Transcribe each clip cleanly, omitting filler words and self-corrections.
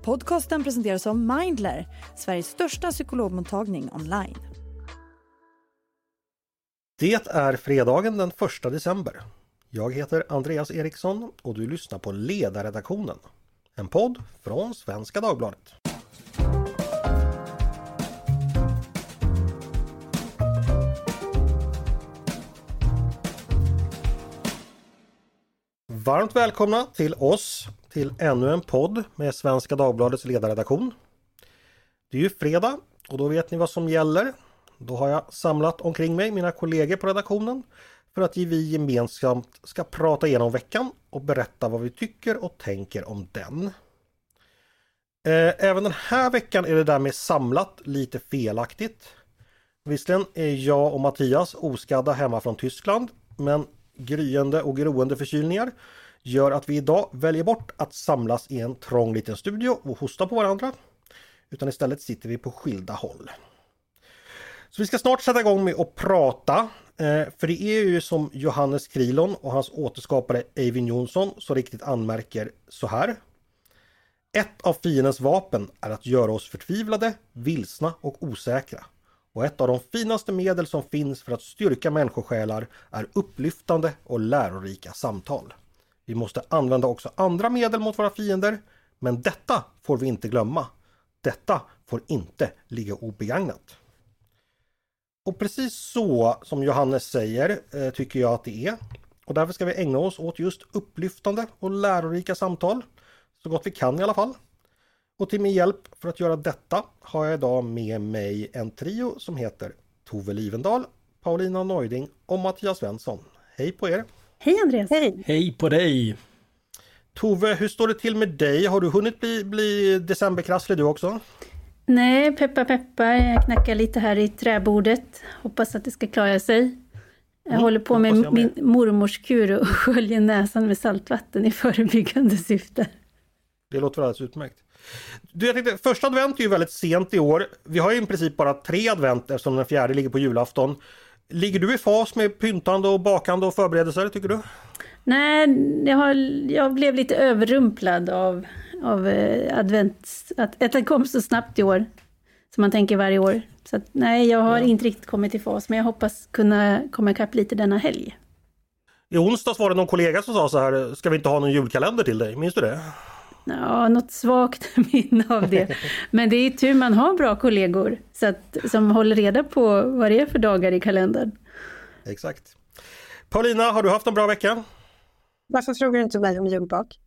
Podcasten presenteras av Mindler, Sveriges största psykologmottagning online. Det är fredagen den 1 december. Jag heter Andreas Eriksson och du lyssnar på Ledarredaktionen. En podd från Svenska Dagbladet. Varmt välkomna till oss till ännu en podd med Svenska Dagbladets ledarredaktion. Det är ju fredag och då vet ni vad som gäller. Då har jag samlat omkring mig mina kollegor på redaktionen för att vi gemensamt ska prata igenom veckan och berätta vad vi tycker och tänker om den. Även den här veckan är det där med samlat lite felaktigt. Visserligen är jag och Mattias oskadda hemma från Tyskland, men gryende och groende förkylningar gör att vi idag väljer bort att samlas i en trång liten studio och hosta på varandra. Utan istället sitter vi på skilda håll. Så vi ska snart sätta igång med att prata. För det är ju som Johannes Krilon och hans återskapare Eyvind Johnson så riktigt anmärker så här. Ett av fiendens vapen är att göra oss förtvivlade, vilsna och osäkra. Och ett av de finaste medel som finns för att styrka människosjälar är upplyftande och lärorika samtal. Vi måste använda också andra medel mot våra fiender, men detta får vi inte glömma. Detta får inte ligga obegagnat. Och precis så som Johannes säger tycker jag att det är. Och därför ska vi ägna oss åt just upplyftande och lärorika samtal. Så gott vi kan i alla fall. Och till min hjälp för att göra detta har jag idag med mig en trio som heter Tove Livendal, Paulina Neuding och Mattias Svensson. Hej på er! Hej Andreas! Hej! Hej på dig! Tove, hur står det till med dig? Har du hunnit bli decemberkrasslig du också? Nej, peppar. Jag knackar lite här i träbordet. Hoppas att det ska klara sig. Jag håller på med min mormors kur och sköljer näsan med saltvatten i förebyggande syfte. Det låter alldeles utmärkt. Du, jag tänkte, första advent är ju väldigt sent i år. Vi har ju i princip bara 3 advent eftersom den 4:e ligger på julafton. Ligger du i fas med pyntande och bakande och förberedelser, tycker du? Nej, jag blev lite överrumplad av att den kom så snabbt i år. Som man tänker varje år. Så att, nej, jag har inte riktigt kommit i fas. Men jag hoppas kunna komma ikapp lite denna helg. I onsdags var det någon kollega som sa så här: ska vi inte ha någon julkalender till dig? Minns du det? Ja, något svagt minne av det. Men det är tur man har bra kollegor som håller reda på vad det är för dagar i kalendern. Exakt. Paulina, har du haft en bra vecka? Varför frågar du inte mig om julbak?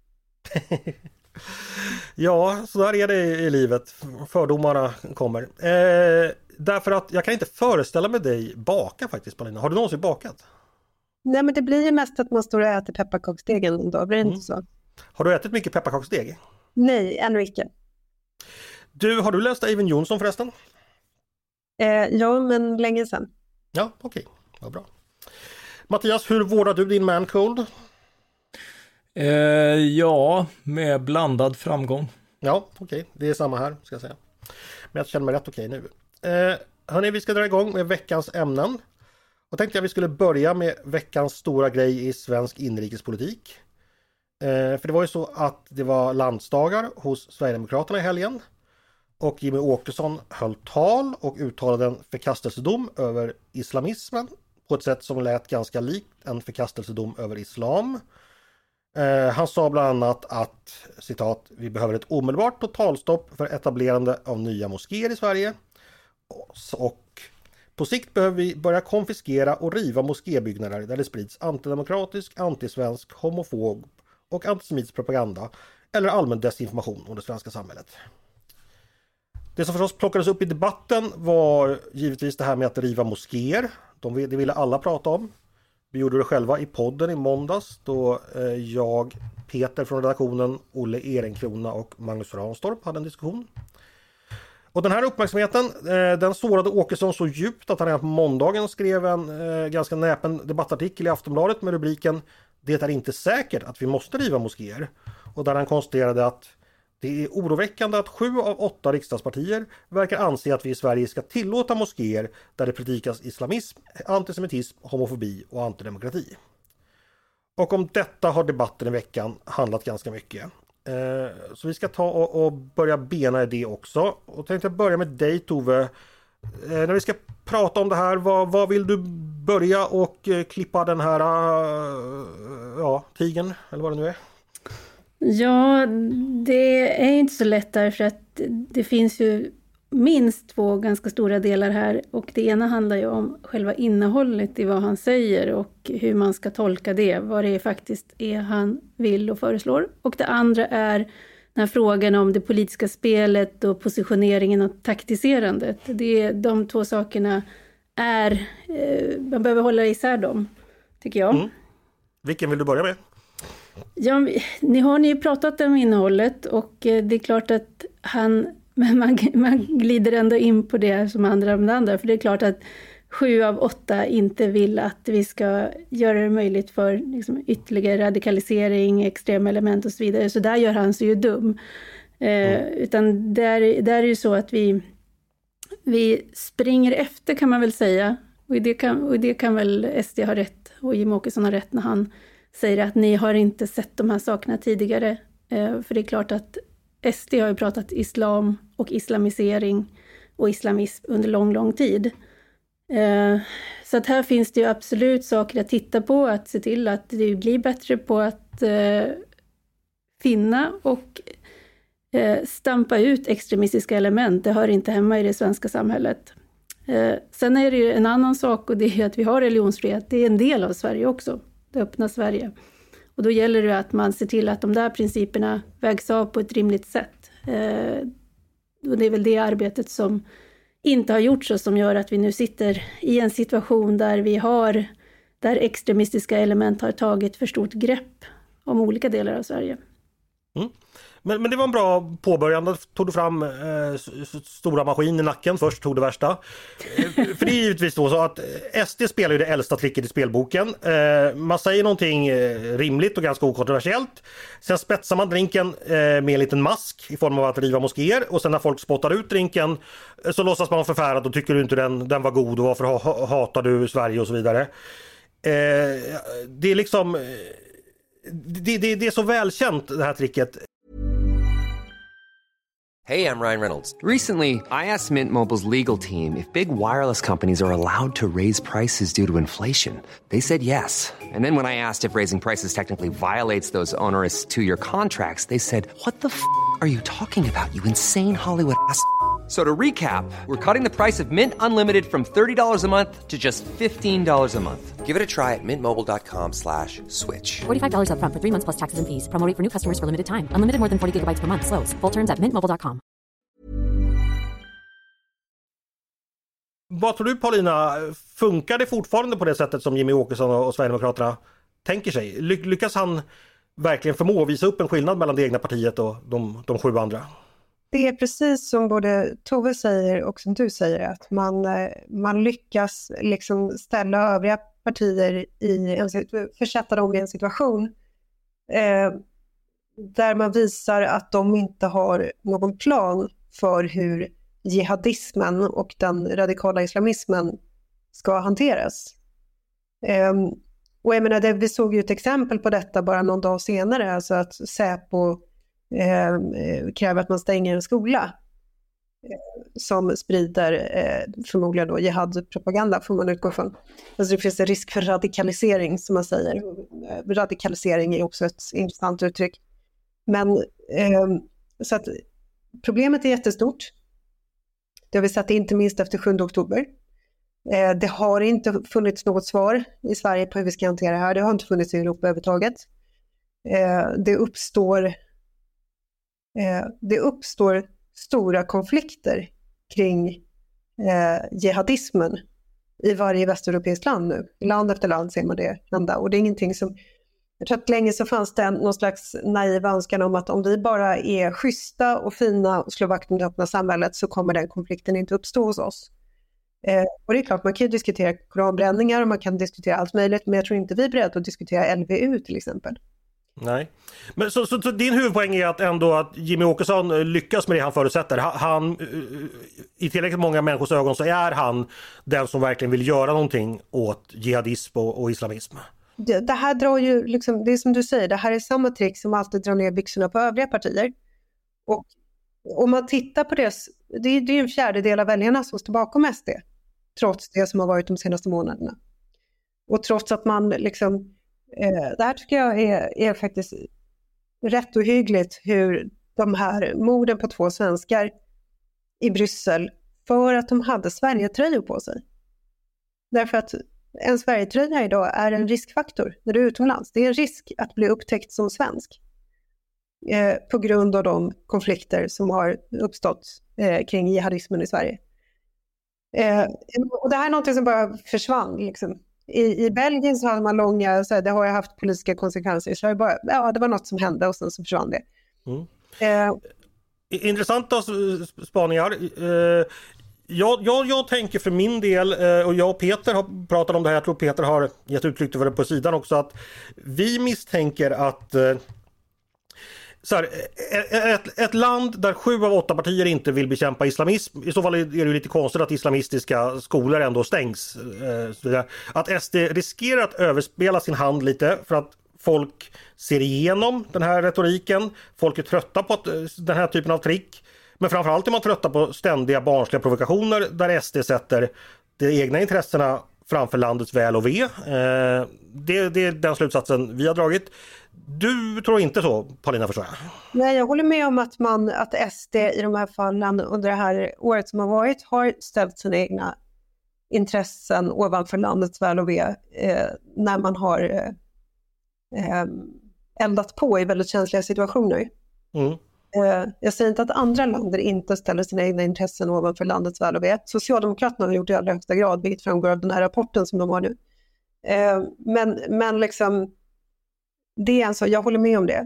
Ja, så där är det i livet. Fördomarna kommer. Därför att jag kan inte föreställa mig dig baka faktiskt, Paulina. Har du någonsin bakat? Nej, men det blir ju mest att man står och äter pepparkaksdegen. Då blir det inte så. Har du ätit mycket pepparkaksdeg? Nej, ännu inte. Du, har du läst Eyvind Johnson förresten? Ja, men länge sedan. Ja, okej. Vad bra. Mattias, hur vårdar du din mancold? Ja, med blandad framgång. Ja, okej. Det är samma här, ska jag säga. Men jag känner mig rätt okej nu. Hörrni, vi ska dra igång med veckans ämnen. Och tänkte jag vi skulle börja med veckans stora grej i svensk inrikespolitik. För det var ju så att det var landsdagar hos Sverigedemokraterna i helgen. Och Jimmy Åkesson höll tal och uttalade en förkastelsedom över islamismen. På ett sätt som lät ganska likt en förkastelsedom över islam. Han sa bland annat att, citat, vi behöver ett omedelbart totalstopp för etablerande av nya moskéer i Sverige. Och på sikt behöver vi börja konfiskera och riva moskébyggnader där det sprids antidemokratisk, antisvensk, homofob och antisemitisk propaganda eller allmän desinformation om det svenska samhället. Det som förstås plockades upp i debatten var givetvis det här med att riva moskéer. Det ville alla prata om. Vi gjorde det själva i podden i måndags då jag, Peter från redaktionen, Olle Ehrenkrona och Magnus Ranstorp hade en diskussion. Och den här uppmärksamheten, den sårade Åkesson så djupt att han redan på måndagen skrev en ganska näpen debattartikel i Aftonbladet med rubriken "Det är inte säkert att vi måste riva moskéer", och där han konstaterade att det är oroväckande att 7 av 8 riksdagspartier verkar anse att vi i Sverige ska tillåta moskéer där det predikas islamism, antisemitism, homofobi och antidemokrati. Och om detta har debatten i veckan handlat ganska mycket. Så vi ska ta och börja bena i det också. Och tänkte börja med dig, Tove. När vi ska prata om det här, vad vill du börja och klippa den här tigern, eller vad det nu är? Ja, det är inte så lätt därför att det finns ju minst 2 ganska stora delar här, och det ena handlar ju om själva innehållet i vad han säger och hur man ska tolka det, vad det faktiskt är han vill och föreslår. Och det andra är den här frågan om det politiska spelet och positioneringen och taktiserandet. De 2 sakerna är, man behöver hålla isär dem, tycker jag. Mm. Vilken vill du börja med? Ja, ni har ju pratat om innehållet, och det är klart att men man glider ändå in på det som andra, för det är klart att 7 av 8 inte vill att vi ska göra det möjligt för liksom, ytterligare radikalisering, extrema element och så vidare. Så där gör han sig ju dum. Utan där är det ju så att vi springer efter, kan man väl säga. Och det kan väl SD ha rätt, och Jimmie Åkesson har rätt när han säger att ni har inte sett de här sakerna tidigare. För det är klart att SD har ju pratat islam och islamisering och islamism under lång tid. Så att här finns det ju absolut saker att titta på, att se till att det blir bättre på att finna och stampa ut extremistiska element. Det hör inte hemma i det svenska samhället. Sen är det ju en annan sak, och det är att vi har religionsfrihet. Det är en del av Sverige också, det öppna Sverige. Och då gäller det att man ser till att de där principerna vägs av på ett rimligt sätt. Och det är väl det arbetet som inte har gjorts och som gör att vi nu sitter i en situation där extremistiska element har tagit för stort grepp om olika delar av Sverige. Mm. Men det var en bra påbörjan. Då tog du fram stora maskin i nacken först, tog det värsta. För det är givetvis så att SD spelar ju det äldsta tricket i spelboken. Man säger någonting rimligt och ganska okontroversiellt. Sen spetsar man drinken med en liten mask i form av att riva moskéer. Och sen när folk spottar ut drinken så låtsas man förfärad och tycker du inte den var god och varför hatar du Sverige och så vidare. Det är liksom... Det är så välkänt, det här tricket. Hey, I'm Ryan Reynolds. Recently, I asked Mint Mobile's legal team if big wireless companies are allowed to raise prices due to inflation. They said yes. And then when I asked if raising prices technically violates those onerous 2-year contracts, they said, "What the f*** are you talking about, you insane Hollywood ass?" So to recap, we're cutting the price of Mint Unlimited from $30 a month to just $15 a month. Give it a try at mintmobile.com/switch. $45 up front for 3 months plus taxes and fees. Promo rate for new customers for limited time. Unlimited more than 40 gigabytes per month. Slows full terms at mintmobile.com. Vad tror du, Paulina? Funkar det fortfarande på det sättet som Jimmie Åkesson och Sverigedemokraterna tänker sig? Lyckas han verkligen förmå att visa upp en skillnad mellan det egna partiet och de 7 andra? Det är precis som både Tove säger och som du säger, att man lyckas liksom ställa övriga partier försätta dem i en situation där man visar att de inte har någon plan för hur jihadismen och den radikala islamismen ska hanteras. Och jag menar, vi såg ju ett exempel på detta bara någon dag senare, alltså att Säpo kräver att man stänger en skola som sprider förmodligen då jihadpropaganda, får man utgå från. Alltså det finns en risk för radikalisering, som man säger. Radikalisering är också ett intressant uttryck. Men så att problemet är jättestort. Det har vi sett inte minst efter 7 oktober. Det har inte funnits något svar i Sverige på hur vi ska hantera det här. Det har inte funnits i Europa överhuvudtaget. Det uppstår stora konflikter kring jihadismen i varje västeuropeiskt land nu. Land efter land ser man det hända. Och det är ingenting som... Jag tror att länge så fanns det någon slags naiv önskan om att om vi bara är schyssta och fina och slår vakt om det öppna samhället så kommer den konflikten inte uppstå hos oss. Och det är klart, man kan ju diskutera koranbränningar och man kan diskutera allt möjligt, men jag tror inte vi är beredda att diskutera LVU till exempel. Nej, men så din huvudpoäng är att ändå att Jimmie Åkesson lyckas med det han förutsätter. Han, i tillräckligt många människors ögon så är han den som verkligen vill göra någonting åt jihadism och islamism. det här drar ju, liksom, det är som du säger, det här är samma trick som alltid drar ner byxorna på övriga partier. Och om man tittar på det är ju en fjärdedel av väljarna som står bakom SD, trots det som har varit de senaste månaderna. Och trots att man liksom, det här tycker jag är faktiskt rätt ohyggligt, hur de här morden på 2 svenskar i Bryssel, för att de hade Sverigetröjor på sig. Därför att en Sverigetröja idag är en riskfaktor när du är utomlands. Det är en risk att bli upptäckt som svensk på grund av de konflikter som har uppstått kring jihadismen i Sverige. Och det här är något som bara försvann. Liksom. I Belgien så hade man långa, så här, det har jag haft politiska konsekvenser. Så det var något som hände och sen så försvann det. Intressanta spaningar. Jag tänker för min del, och jag och Peter har pratat om det här, jag tror Peter har gett uttryck för det på sidan också, att vi misstänker att så här, ett land där 7 av 8 partier inte vill bekämpa islamism, i så fall är det ju lite konstigt att islamistiska skolor ändå stängs. Att SD riskerar att överspela sin hand lite för att folk ser igenom den här retoriken. Folk är trötta på den här typen av trick. Men framförallt är man trötta på ständiga barnsliga provokationer där SD sätter de egna intressena framför landets väl och ve. Det är den slutsatsen vi har dragit. Du tror inte så, Paulina, förstår jag? Nej, jag håller med om att SD i de här fallen under det här året som har varit har ställt sina egna intressen ovanför landets väl och ve när man har eldat på i väldigt känsliga situationer. Jag säger inte att andra länder inte ställer sina egna intressen ovanför landets väl och ve. Socialdemokraterna har gjort det i allra högsta grad, vilket framgår av den här rapporten som de har nu. Men liksom, det är alltså, jag håller med om det.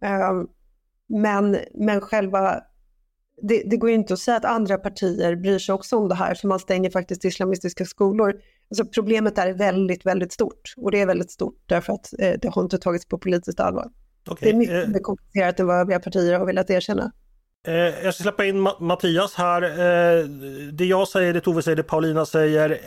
Men själva, det går ju inte att säga att andra partier bryr sig också om det här, för man stänger faktiskt islamistiska skolor. Alltså problemet är väldigt, väldigt stort. Och det är väldigt stort därför att det har inte tagits på politiskt allvar. Okay. Det är mycket mer komplicerat än vad övriga partier har velat erkänna. Jag ska släppa in Mattias här. Det jag säger, det Tove säger, det Paulina säger.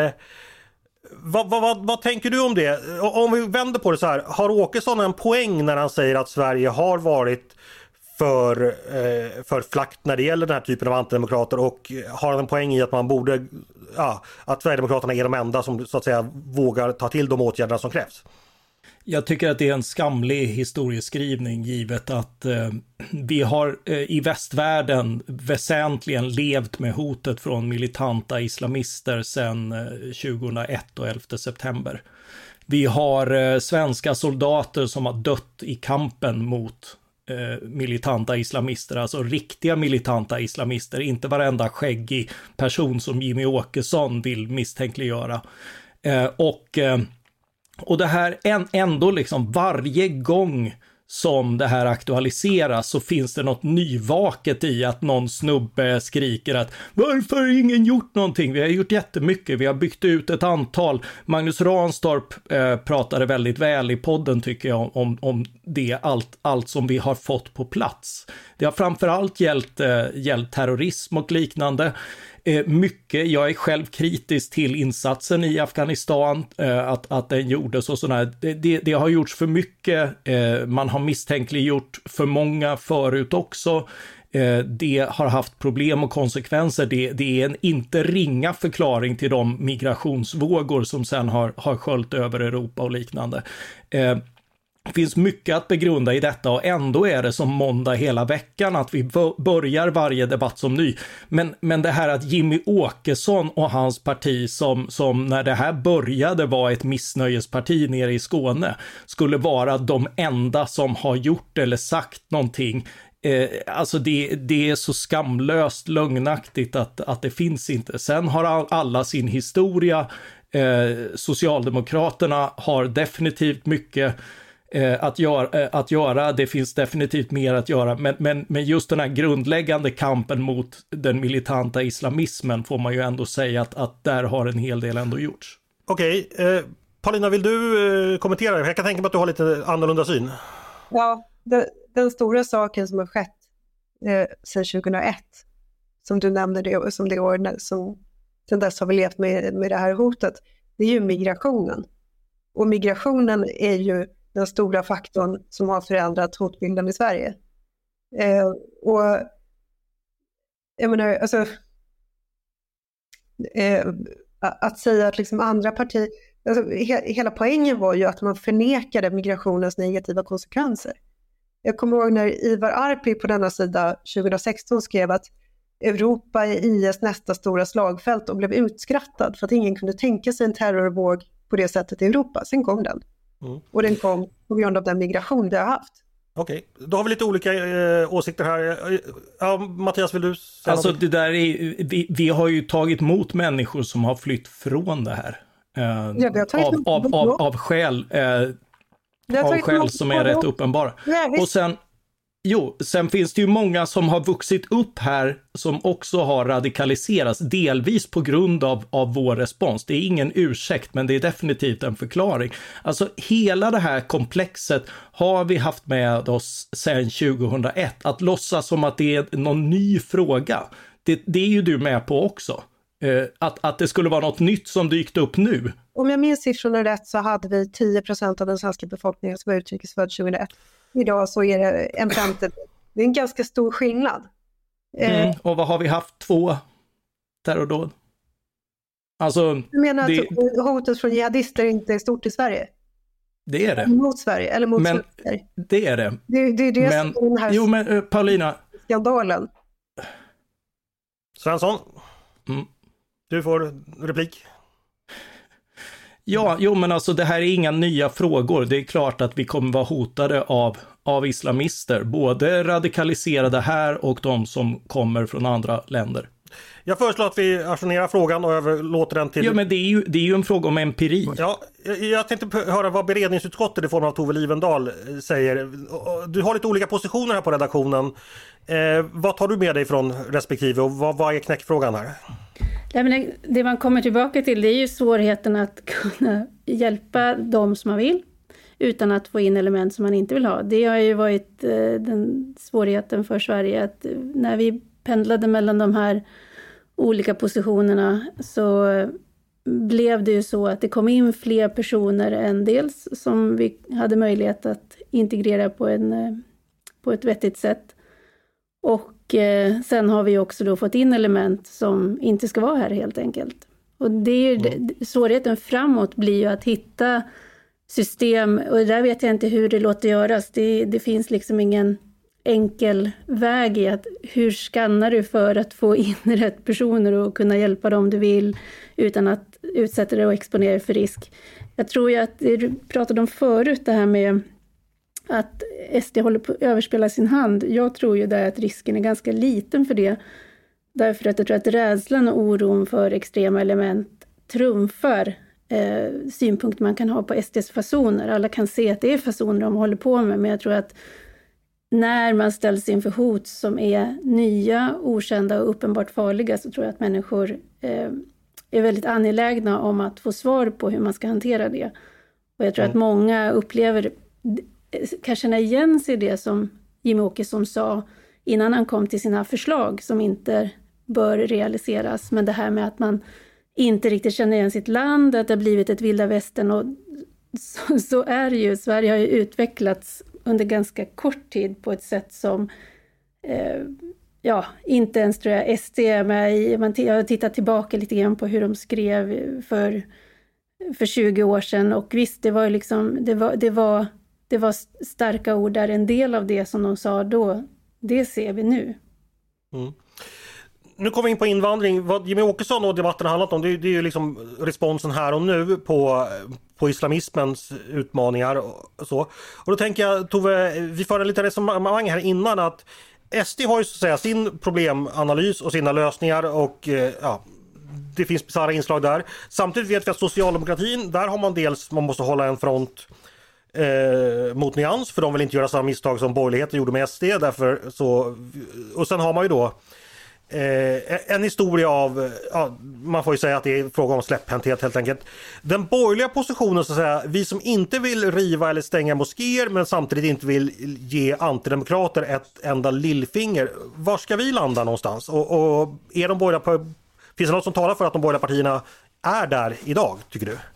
Vad tänker du om det? Om vi vänder på det så här. Har Åkesson en poäng när han säger att Sverige har varit för flackt när det gäller den här typen av antidemokrater, och har han en poäng i att man borde, att Sverigedemokraterna är de enda som så att säga vågar ta till de åtgärderna som krävs? Jag tycker att det är en skamlig historieskrivning, givet att vi har i västvärlden väsentligen levt med hotet från militanta islamister sedan 2001 och 11 september. Vi har svenska soldater som har dött i kampen mot militanta islamister, alltså riktiga militanta islamister, inte varenda skäggig person som Jimmy Åkesson vill misstänkliggöra. Och det här ändå liksom varje gång som det här aktualiseras så finns det något nyvaket i att någon snubbe skriker att varför har ingen gjort någonting? Vi har gjort jättemycket, vi har byggt ut ett antal. Magnus Ranstorp pratade väldigt väl i podden, tycker jag, om det, allt som vi har fått på plats. Det har framförallt gällt terrorism och liknande. Mycket, jag är själv kritisk till insatsen i Afghanistan, att den gjordes och sådär. Det har gjorts för mycket, man har misstänkliggjort för många förut också. Det har haft problem och konsekvenser. Det är en inte ringa förklaring till de migrationsvågor som sen har sköljt över Europa och liknande. Det finns mycket att begrunda i detta, och ändå är det som måndag hela veckan att vi börjar varje debatt som ny. Men det här att Jimmy Åkesson och hans parti som när det här började var ett missnöjesparti nere i Skåne skulle vara de enda som har gjort eller sagt någonting. Alltså det är så skamlöst lögnaktigt att det finns inte. Sen har alla sin historia. Socialdemokraterna har definitivt mycket att göra, det finns definitivt mer att göra, men just den här grundläggande kampen mot den militanta islamismen får man ju ändå säga att där har en hel del ändå gjorts. Okej, Paulina, vill du kommentera? Jag kan tänka mig att du har lite annorlunda syn. Ja, den stora saken som har skett sedan 2001, som du nämnde det, som det år som sedan dess har vi levt med det här hotet, det är ju migrationen. Och migrationen är ju den stora faktorn som har förändrat hotbilden i Sverige. Och jag menar, alltså, att säga att liksom andra partier, alltså, hela poängen var ju att man förnekade migrationens negativa konsekvenser. Jag kommer ihåg när Ivar Arpi på denna sida 2016 skrev att Europa är IS nästa stora slagfält och blev utskrattad för att ingen kunde tänka sig en terrorvåg på det sättet i Europa. Sen kom den. Och den kom på grund av den migration vi har haft. Okej, då har vi lite olika åsikter här. Ja, Mattias, vill du säga alltså någonting? det där är, vi har ju tagit emot människor som har flytt från det här. Av skäl som är rätt uppenbara. Och sen finns det ju många som har vuxit upp här som också har radikaliserats, delvis på grund av vår respons. Det är ingen ursäkt, men det är definitivt en förklaring. Alltså hela det här komplexet har vi haft med oss sedan 2001. Att låtsas som att det är någon ny fråga, det är ju du med på också. Att det skulle vara något nytt som dykt upp nu. Om jag minns siffrorna rätt så hade vi 10% av den svenska befolkningen som var utrikesfödd 2001. Idag så är det en femtedel. Det är en ganska stor skillnad. Och vad har vi haft? 2 terrordåd? Alltså, du menar att hotet från jihadister inte är stort i Sverige? Det är det. Mot Sverige, eller mot Sverige? Det är det. Det är det som är den här men Paulina. skandalen. Svensson, du får replik. Ja, men alltså det här är inga nya frågor. Det är klart att vi kommer vara hotade av islamister. Både radikaliserade här och de som kommer från andra länder. Jag föreslår att vi ajournerar frågan och överlåter den till... Ja, men det är ju en fråga om empiri. Ja, jag tänkte höra vad beredningsutskottet i form av Tove Livendal säger. Du har lite olika positioner här på redaktionen. Vad tar du med dig från respektive och vad är knäckfrågan här? Ja, men det man kommer tillbaka till, det är ju svårigheten att kunna hjälpa dem som man vill utan att få in element som man inte vill ha. Det har ju varit den svårigheten för Sverige, att när vi pendlade mellan de här olika positionerna så blev det ju så att det kom in fler personer än dels som vi hade möjlighet att integrera på ett vettigt sätt. Och sen har vi också då fått in element som inte ska vara här helt enkelt. Och det är ju svårigheten framåt blir ju att hitta system, och där vet jag inte hur det låter göras. Det finns liksom ingen enkel väg i att hur skannar du för att få in rätt personer och kunna hjälpa dem du vill utan att utsätta dig och exponera för risk. Jag tror ju att du pratade om förut det här med att SD håller på att överspela sin hand. Jag tror ju där att risken är ganska liten för det. Därför att jag tror att rädslan och oron för extrema element trumfar synpunkter man kan ha på SDs fasoner. Alla kan se att det är fasoner de håller på med, men jag tror att när man ställs inför hot som är nya, okända och uppenbart farliga, så tror jag att människor är väldigt angelägna om att få svar på hur man ska hantera det. Och jag tror att många upplever, kan känna igen sig det som Jimmie Åkesson sa innan han kom till sina förslag som inte bör realiseras. Men det här med att man inte riktigt känner igen sitt land, att det har blivit ett vilda västern, och så är det ju. Sverige har ju utvecklats under ganska kort tid på ett sätt som inte ens tror jag SD är med i. Jag har tittat tillbaka lite grann på hur de skrev för 20 år sedan, och visst, det var liksom det var starka ord där. En del av det som de sa då, det ser vi nu. Nu kommer vi in på invandring. Vad Jimmie Åkesson och debatten har handlat om, det är ju liksom responsen här och nu på islamismens utmaningar och så. Och då tänker jag, Tove, vi förde lite resonemang här innan att SD har ju så att säga sin problemanalys och sina lösningar, och det finns bizarra inslag där. Samtidigt vet vi att socialdemokratin, där har man måste hålla en front mot nyans, för de vill inte göra samma misstag som borgerligheten gjorde med SD, därför så, och sen har man ju då en historia av, man får ju säga att det är fråga om släpphänthet helt enkelt. Den borgerliga positionen, så att säga, vi som inte vill riva eller stänga moskéer men samtidigt inte vill ge antidemokrater ett enda lillfinger. Var ska vi landa någonstans? Och är de borgerliga, finns det något som talar för att de borgerliga partierna är där idag, tycker du?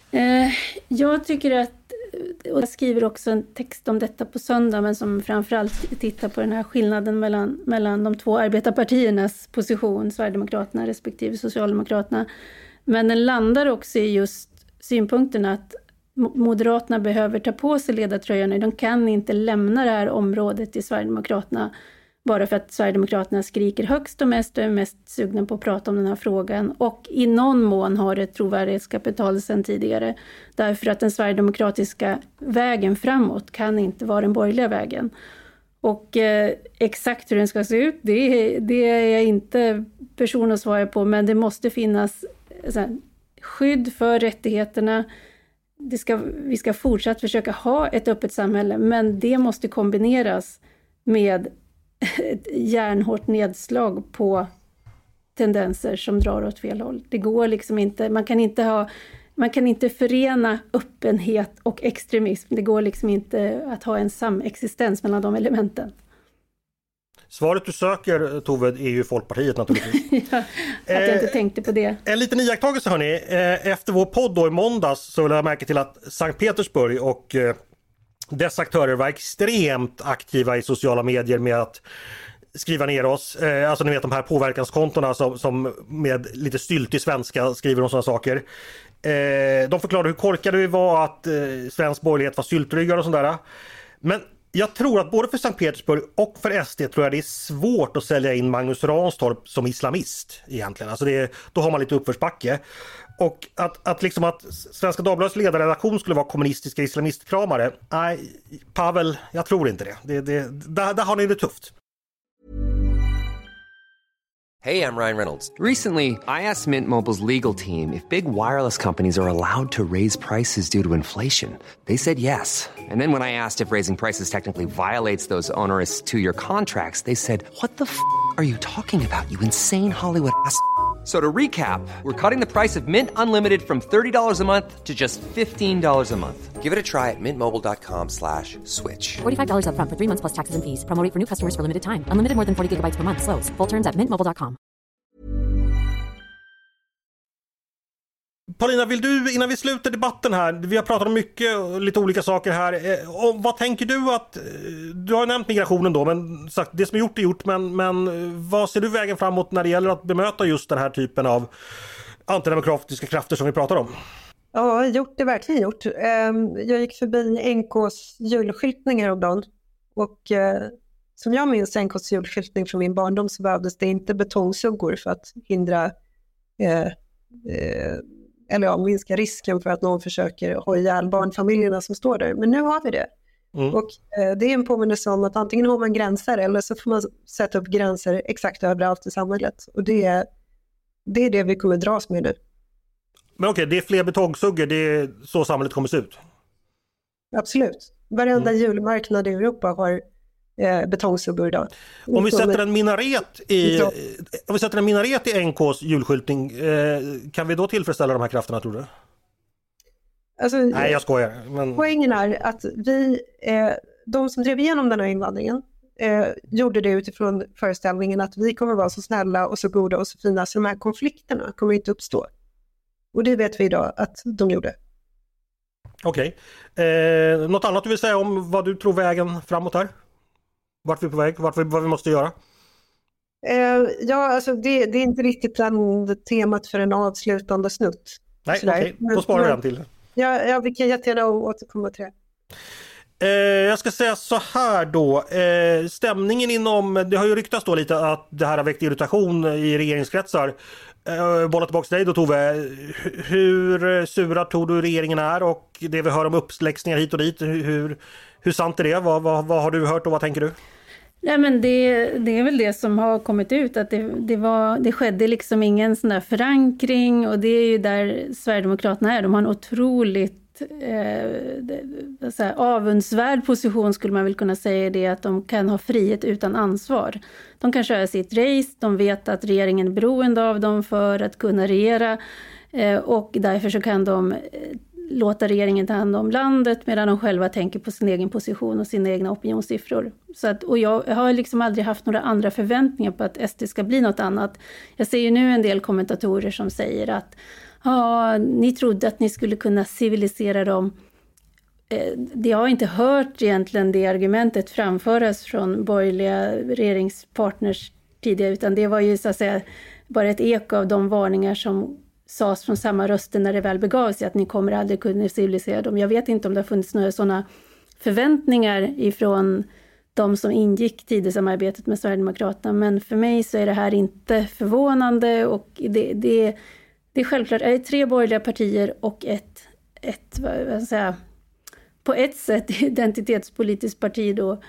Jag tycker att, och jag skriver också en text om detta på söndag, men som framförallt tittar på den här skillnaden mellan de två arbetarpartiernas position, Sverigedemokraterna respektive Socialdemokraterna. Men den landar också i just synpunkten att Moderaterna behöver ta på sig ledartröjan. De kan inte lämna det här området till Sverigedemokraterna bara för att Sverigedemokraterna skriker högst och är mest sugna på att prata om den här frågan. Och i någon mån har det trovärdighetskapital sedan tidigare. Därför att den sverigedemokratiska vägen framåt kan inte vara den borgerliga vägen. Och exakt hur den ska se ut, det är jag inte person att svara på. Men det måste finnas skydd för rättigheterna. Vi ska fortsatt försöka ha ett öppet samhälle, men det måste kombineras med ett järnhårt nedslag på tendenser som drar åt fel håll. Det går liksom inte, man kan inte förena öppenhet och extremism. Det går liksom inte att ha en samexistens mellan de elementen. Svaret du söker, Tove, är ju Folkpartiet naturligtvis. Ja, att jag inte tänkte på det. En liten iakttagelse hörni. Efter vår podd då i måndags så vill jag märka till att Sankt Petersburg och dess aktörer var extremt aktiva i sociala medier med att skriva ner oss. Alltså ni vet de här påverkanskontona som med lite styltig svenska skriver om sådana saker. De förklarade hur korkade vi var, att svensk borgerlighet var syltryggar och sådär. Men jag tror att både för Sankt Petersburg och för SD tror jag det är svårt att sälja in Magnus Ranstorp som islamist egentligen. Alltså då har man lite uppförsbacke. Och att Svenska Dagbladets ledarredaktion skulle vara kommunistiska islamistkramare. Nej, Pavel, jag tror inte det. Där har ni det tufft. Hey, I'm Ryan Reynolds. Recently, I asked Mint Mobile's legal team if big wireless companies are allowed to raise prices due to inflation. They said yes. And then when I asked if raising prices technically violates those onerous 2-year contracts, they said, "What the f*** are you talking about, you insane Hollywood ass?" So to recap, we're cutting the price of Mint Unlimited from $30 a month to just $15 a month. Give it a try at mintmobile.com/switch. $45 up front for 3 months plus taxes and fees. Promo rate for new customers for limited time. Unlimited more than 40 gigabytes per month. Slows full terms at mintmobile.com. Paulina, vill du innan vi slutar debatten här, vi har pratat om mycket och lite olika saker här. Och vad tänker du att, du har nämnt migrationen då, men sagt, det som är gjort, men vad ser du vägen framåt när det gäller att bemöta just den här typen av antidemokratiska krafter som vi pratar om? Ja, det verkligen gjort. Jag gick förbi NKs julskyltning häromdagen och som jag minns NKs julskyltning från min barndom så behövdes det inte betongsuggor för att hindra minska risken för att någon försöker ha ihjäl barnfamiljerna som står där. Men nu har vi det. Och det är en påminnelse om att antingen har man gränser eller så får man sätta upp gränser exakt överallt i samhället. Och det är det vi kommer dras med nu. Men okej, det är fler betongsuggor, det är så samhället kommer se ut? Absolut. Varenda julmarknad i Europa har betongsuggor idag. Om vi sätter en minaret i NKs julskyltning, kan vi då tillfredsställa de här krafterna, tror du? Alltså, nej, jag skojar. Men... Poängen är att de som drev igenom den här invandringen gjorde det utifrån föreställningen att vi kommer vara så snälla och så goda och så fina så de här konflikterna kommer inte uppstå. Och det vet vi idag att de gjorde. Okej. Något annat du vill säga om vad du tror vägen framåt här? Vart vi är på väg? Vad vi måste göra? Alltså det är inte riktigt temat för en avslutande snutt. Nej, okej. Då sparar vi den till. Ja, vi kan jättegärna återkomma till det. Jag ska säga så här då. Stämningen det har ju ryktats då lite att det här har väckt irritation i regeringskretsar. Bolla tillbaka till dig då, Tove. Hur sura tror du regeringen är och det vi hör om uppsläxningar hit och dit, hur sant är det? Vad har du hört och vad tänker du? Nej, men det är väl det som har kommit ut, att det skedde liksom ingen sån där förankring, och det är ju där Sverigedemokraterna är. De har en otroligt avundsvärd position, skulle man väl kunna säga, det att de kan ha frihet utan ansvar. De kan köra sitt race, de vet att regeringen är beroende av dem för att kunna regera, och därför så kan de låta regeringen ta hand om landet medan de själva tänker på sin egen position och sina egna opinionssiffror. Och jag har liksom aldrig haft några andra förväntningar på att SD ska bli något annat. Jag ser ju nu en del kommentatorer som säger ja, ni trodde att ni skulle kunna civilisera dem. Jag har inte hört egentligen det argumentet framföras från borgerliga regeringspartners tidigare, utan det var ju så att säga bara ett eko av de varningar som sades från samma röster när det väl begav sig, att ni kommer aldrig kunna civilisera dem. Jag vet inte om det har funnits några sådana förväntningar ifrån de som ingick Tidösamarbetet med Sverigedemokraterna, men för mig så är det här inte förvånande, och det är självklart, är det 3 borgerliga partier och ett vad ska jag säga, på ett sätt identitetspolitiskt parti då,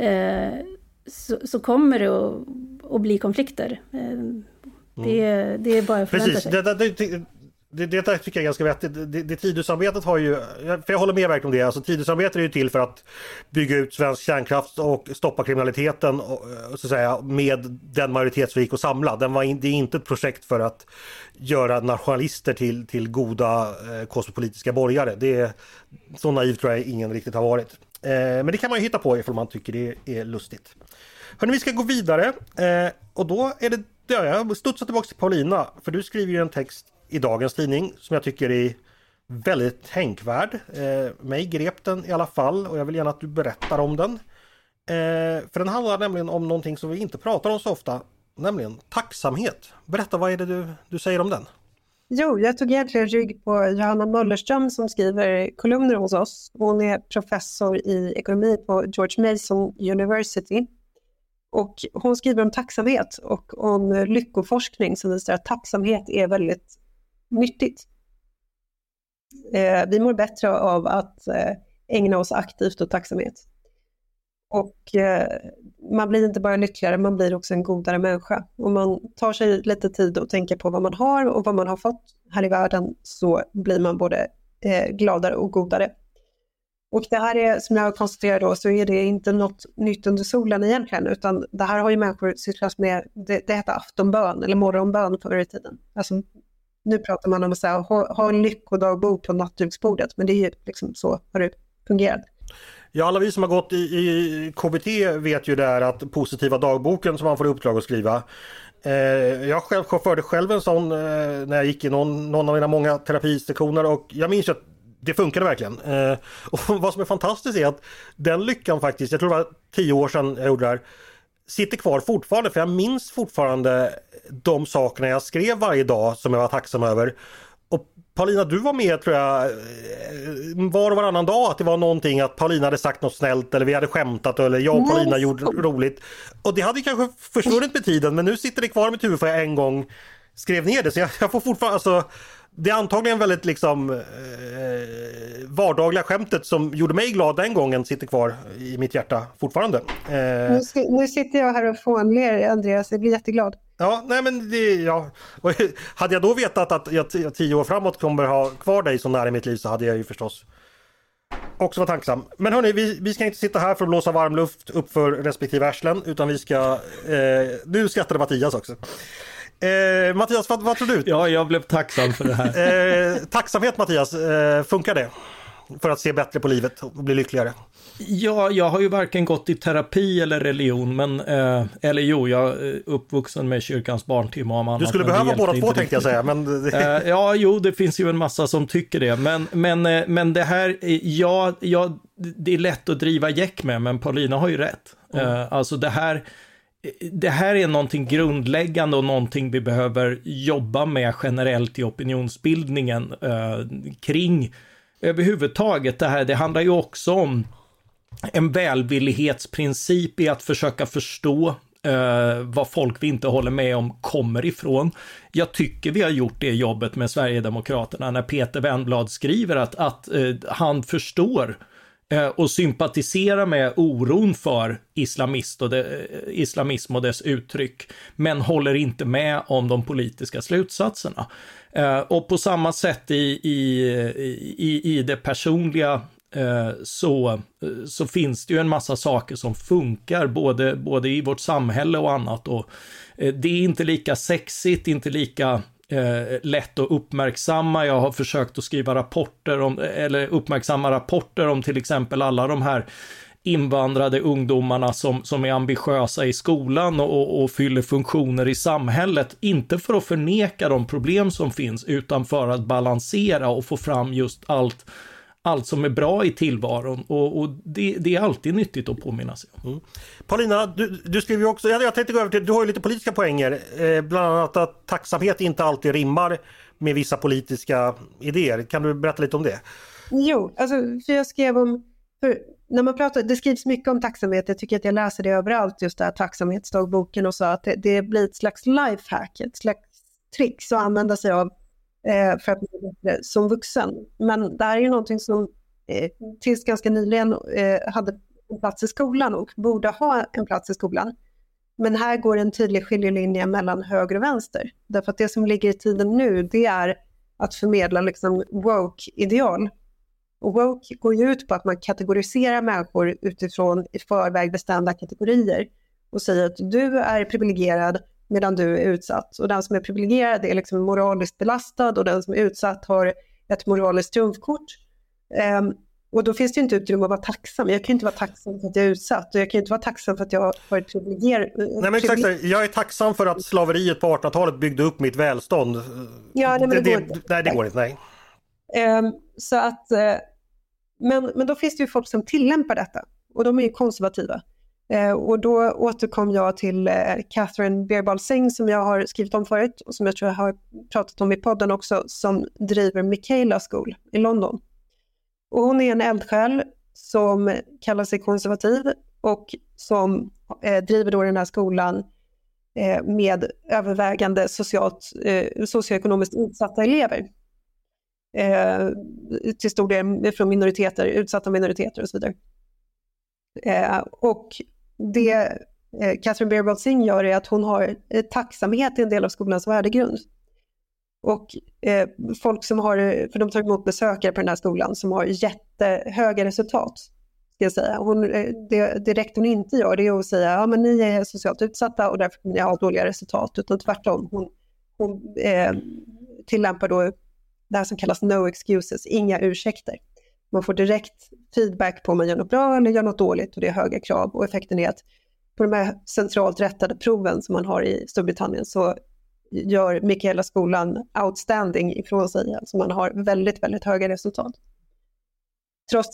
så kommer det att bli konflikter. Det är bara att förvänta sig. Det tycker jag är ganska vettigt. Det Tidösamarbetet har ju, för jag håller med verkligen om det, alltså Tidösamarbetet är ju till för att bygga ut svensk kärnkraft och stoppa kriminaliteten och, så att säga, med den majoritet som gick att samla. Det är inte ett projekt för att göra nationalister till goda kosmopolitiska borgare. Det är så naivt, tror jag ingen riktigt har varit. Men det kan man ju hitta på ifall man tycker det är lustigt. Hörrni, vi ska gå vidare och då är det, jag studsar tillbaka till Paulina, för du skriver ju en text i dagens tidning som jag tycker är väldigt tänkvärd. Mig grep den i alla fall, och jag vill gärna att du berättar om den. För den handlar nämligen om någonting som vi inte pratar om så ofta, nämligen tacksamhet. Berätta, vad är det du säger om den? Jo, jag tog egentligen rygg på Johanna Möllerström som skriver kolumner hos oss. Hon är professor i ekonomi på George Mason University. Och hon skriver om tacksamhet och om lyckoforskning som visar att tacksamhet är väldigt nyttigt. Vi mår bättre av att ägna oss aktivt åt tacksamhet. Och man blir inte bara lyckligare, man blir också en godare människa. Om man tar sig lite tid och tänker på vad man har och vad man har fått här i världen, så blir man både gladare och godare. Och det här är, som jag konstaterar då, så är det inte något nytt under solen egentligen, utan det här har ju människor sysslat med, det heter aftonbön eller morgonbön förr i tiden. Alltså, nu pratar man om att säga, ha en lyckodagbok på nattduksbordet, men det är ju liksom så har det fungerat. Ja, alla vi som har gått i KBT vet ju där att positiva dagboken som man får uppdrag att skriva. Jag förde själv en sån när jag gick i någon av mina många terapisektioner, och jag minns att det funkade verkligen. Och vad som är fantastiskt är att den lyckan faktiskt, jag tror det var 10 år sedan jag gjorde det här, sitter kvar fortfarande, för jag minns fortfarande de sakerna jag skrev varje dag som jag var tacksam över. Och Paulina, du var med, tror jag, var och varannan dag, att det var någonting att Paulina hade sagt något snällt, eller vi hade skämtat, eller jag och Paulina gjorde roligt. Och det hade kanske försvunnit med tiden, men nu sitter det kvar i mitt huvud för jag en gång skrev ner det. Så jag får fortfarande, alltså, det är antagligen väldigt liksom vardagliga skämtet som gjorde mig glad den gången sitter kvar i mitt hjärta fortfarande. Nu sitter jag här och fånler, Andreas, jag blir jätteglad. Ja, nej men det, ja. Och hade jag då vetat att jag 10 år framåt kommer ha kvar dig så nära i mitt liv, så hade jag ju förstås också varit tacksam. Men hörni, vi ska inte sitta här för att blåsa varm luft upp för respektive arslen, utan vi ska, nu skrattade Mattias också. Mattias, vad tror du? Ja, jag blev tacksam för det här. Tacksamhet, Mattias, funkar det för att se bättre på livet och bli lyckligare? Ja, jag har ju varken gått i terapi eller religion, men jag är uppvuxen med kyrkans barntimme och annat. Du skulle behöva båda två, tänkte jag säga. Men det finns ju en massa som tycker det. Men det här, det är lätt att driva gäck med, men Paulina har ju rätt. Alltså det här är någonting grundläggande och någonting vi behöver jobba med generellt i opinionsbildningen kring överhuvudtaget. Det handlar ju också om en välvillighetsprincip i att försöka förstå vad folk vi inte håller med om kommer ifrån. Jag tycker vi har gjort det jobbet med Sverigedemokraterna när Peter Wennblad skriver att han förstår och sympatisera med oron för islamism och dess uttryck, men håller inte med om de politiska slutsatserna. Och på samma sätt i det personliga så finns det ju en massa saker som funkar både i vårt samhälle och annat, och det är inte lika sexigt, inte lika lätt att uppmärksamma. Jag har försökt att skriva uppmärksamma rapporter om till exempel alla de här invandrade ungdomarna som är ambitiösa i skolan och fyller funktioner i samhället. Inte för att förneka de problem som finns, utan för att balansera och få fram just allt som är bra i tillvaron. Och det är alltid nyttigt att påminna sig om. Mm. Paulina, du skriver ju också, jag tänkte gå över till, du har ju lite politiska poänger. Bland annat att tacksamhet inte alltid rimmar med vissa politiska idéer. Kan du berätta lite om det? Jo, alltså för jag skrev om, när man pratar, det skrivs mycket om tacksamhet, jag tycker att jag läser det överallt, just det här tacksamhetsdagboken, och så att det blir ett slags lifehack, ett slags tricks att använda sig av för att bli bättre som vuxen. Men det här är ju någonting som tills ganska nyligen hade en plats i skolan och borde ha en plats i skolan. Men här går en tydlig skiljelinje mellan höger och vänster. Därför att det som ligger i tiden nu, det är att förmedla liksom woke-ideal. Och woke går ju ut på att man kategoriserar människor utifrån i förväg bestämda kategorier och säger att du är privilegierad medan du är utsatt. Och den som är privilegierad är liksom moraliskt belastad och den som är utsatt har ett moraliskt trumfkort. Och då finns det ju inte utrymme att vara tacksam. Jag kan ju inte vara tacksam för att jag är utsatt och jag kan ju inte vara tacksam för att jag har ett privilegier. Nej, men exakt, jag är tacksam för att slaveriet på 1800-talet byggde upp mitt välstånd. Ja, nej, men det går inte, nej. Så att, men då finns det ju folk som tillämpar detta och de är ju konservativa. Och då återkom jag till Catherine Birbal Singh som jag har skrivit om förut och som jag tror jag har pratat om i podden också, som driver Michaela School i London. Och hon är en eldsjäl som kallar sig konservativ och som driver då den här skolan med övervägande socioekonomiskt utsatta elever. Till stor del från minoriteter, utsatta minoriteter och så vidare. Och det Catherine Birbal Singh gör är att hon har tacksamhet i en del av skolans värdegrund. Och folk som har, för de tar emot besökare på den här skolan som har jättehöga resultat, ska jag säga. Det rektorn inte gör, det är att säga ja, men ni är socialt utsatta och därför kommer ni ha dåliga resultat, utan tvärtom. Hon tillämpar då det här som kallas no excuses, inga ursäkter. Man får direkt feedback på om man gör något bra eller gör något dåligt och det är höga krav, och effekten är att på de här centralt rättade proven som man har i Storbritannien så gör Michaela skolan outstanding ifrån sig. Alltså man har väldigt, väldigt höga resultat. Trots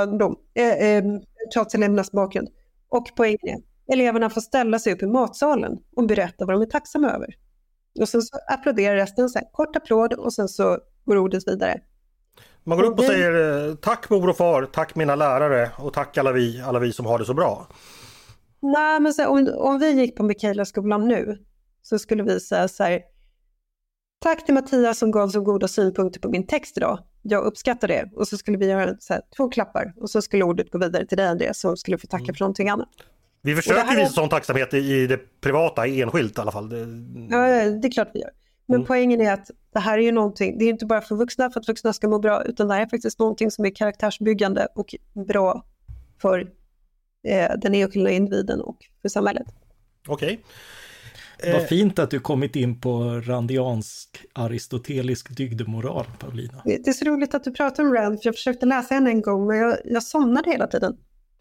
elevernas bakgrund. Och poängen är, eleverna får ställa sig upp i matsalen och berätta vad de är tacksamma över. Och sen så applåderar resten, så här, kort applåd, och sen så går ordet vidare. Man går upp och säger tack mor och far, tack mina lärare och tack alla vi som har det så bra. Nej, men så, om vi gick på Michaela skolan nu så skulle vi säga så här: tack till Mattias som gav så goda synpunkter på min text idag. Jag uppskattar det. Och så skulle vi göra så här, 2 klappar och så skulle ordet gå vidare till dig, Andreas, som skulle få tacka för någonting annat. Vi försöker visa sån tacksamhet i det privata, enskilt i alla fall. Ja, det är klart vi gör. Men poängen är att det här är ju någonting, det är inte bara för vuxna för att vuxna ska må bra, utan det här är faktiskt någonting som är karaktärsbyggande och bra för den enskilda individen och för samhället. Okej. Vad fint att du kommit in på randiansk aristotelisk dygdemoral, Paulina. Det är så roligt att du pratar om Rand, för jag försökte läsa henne en gång, men jag somnade hela tiden.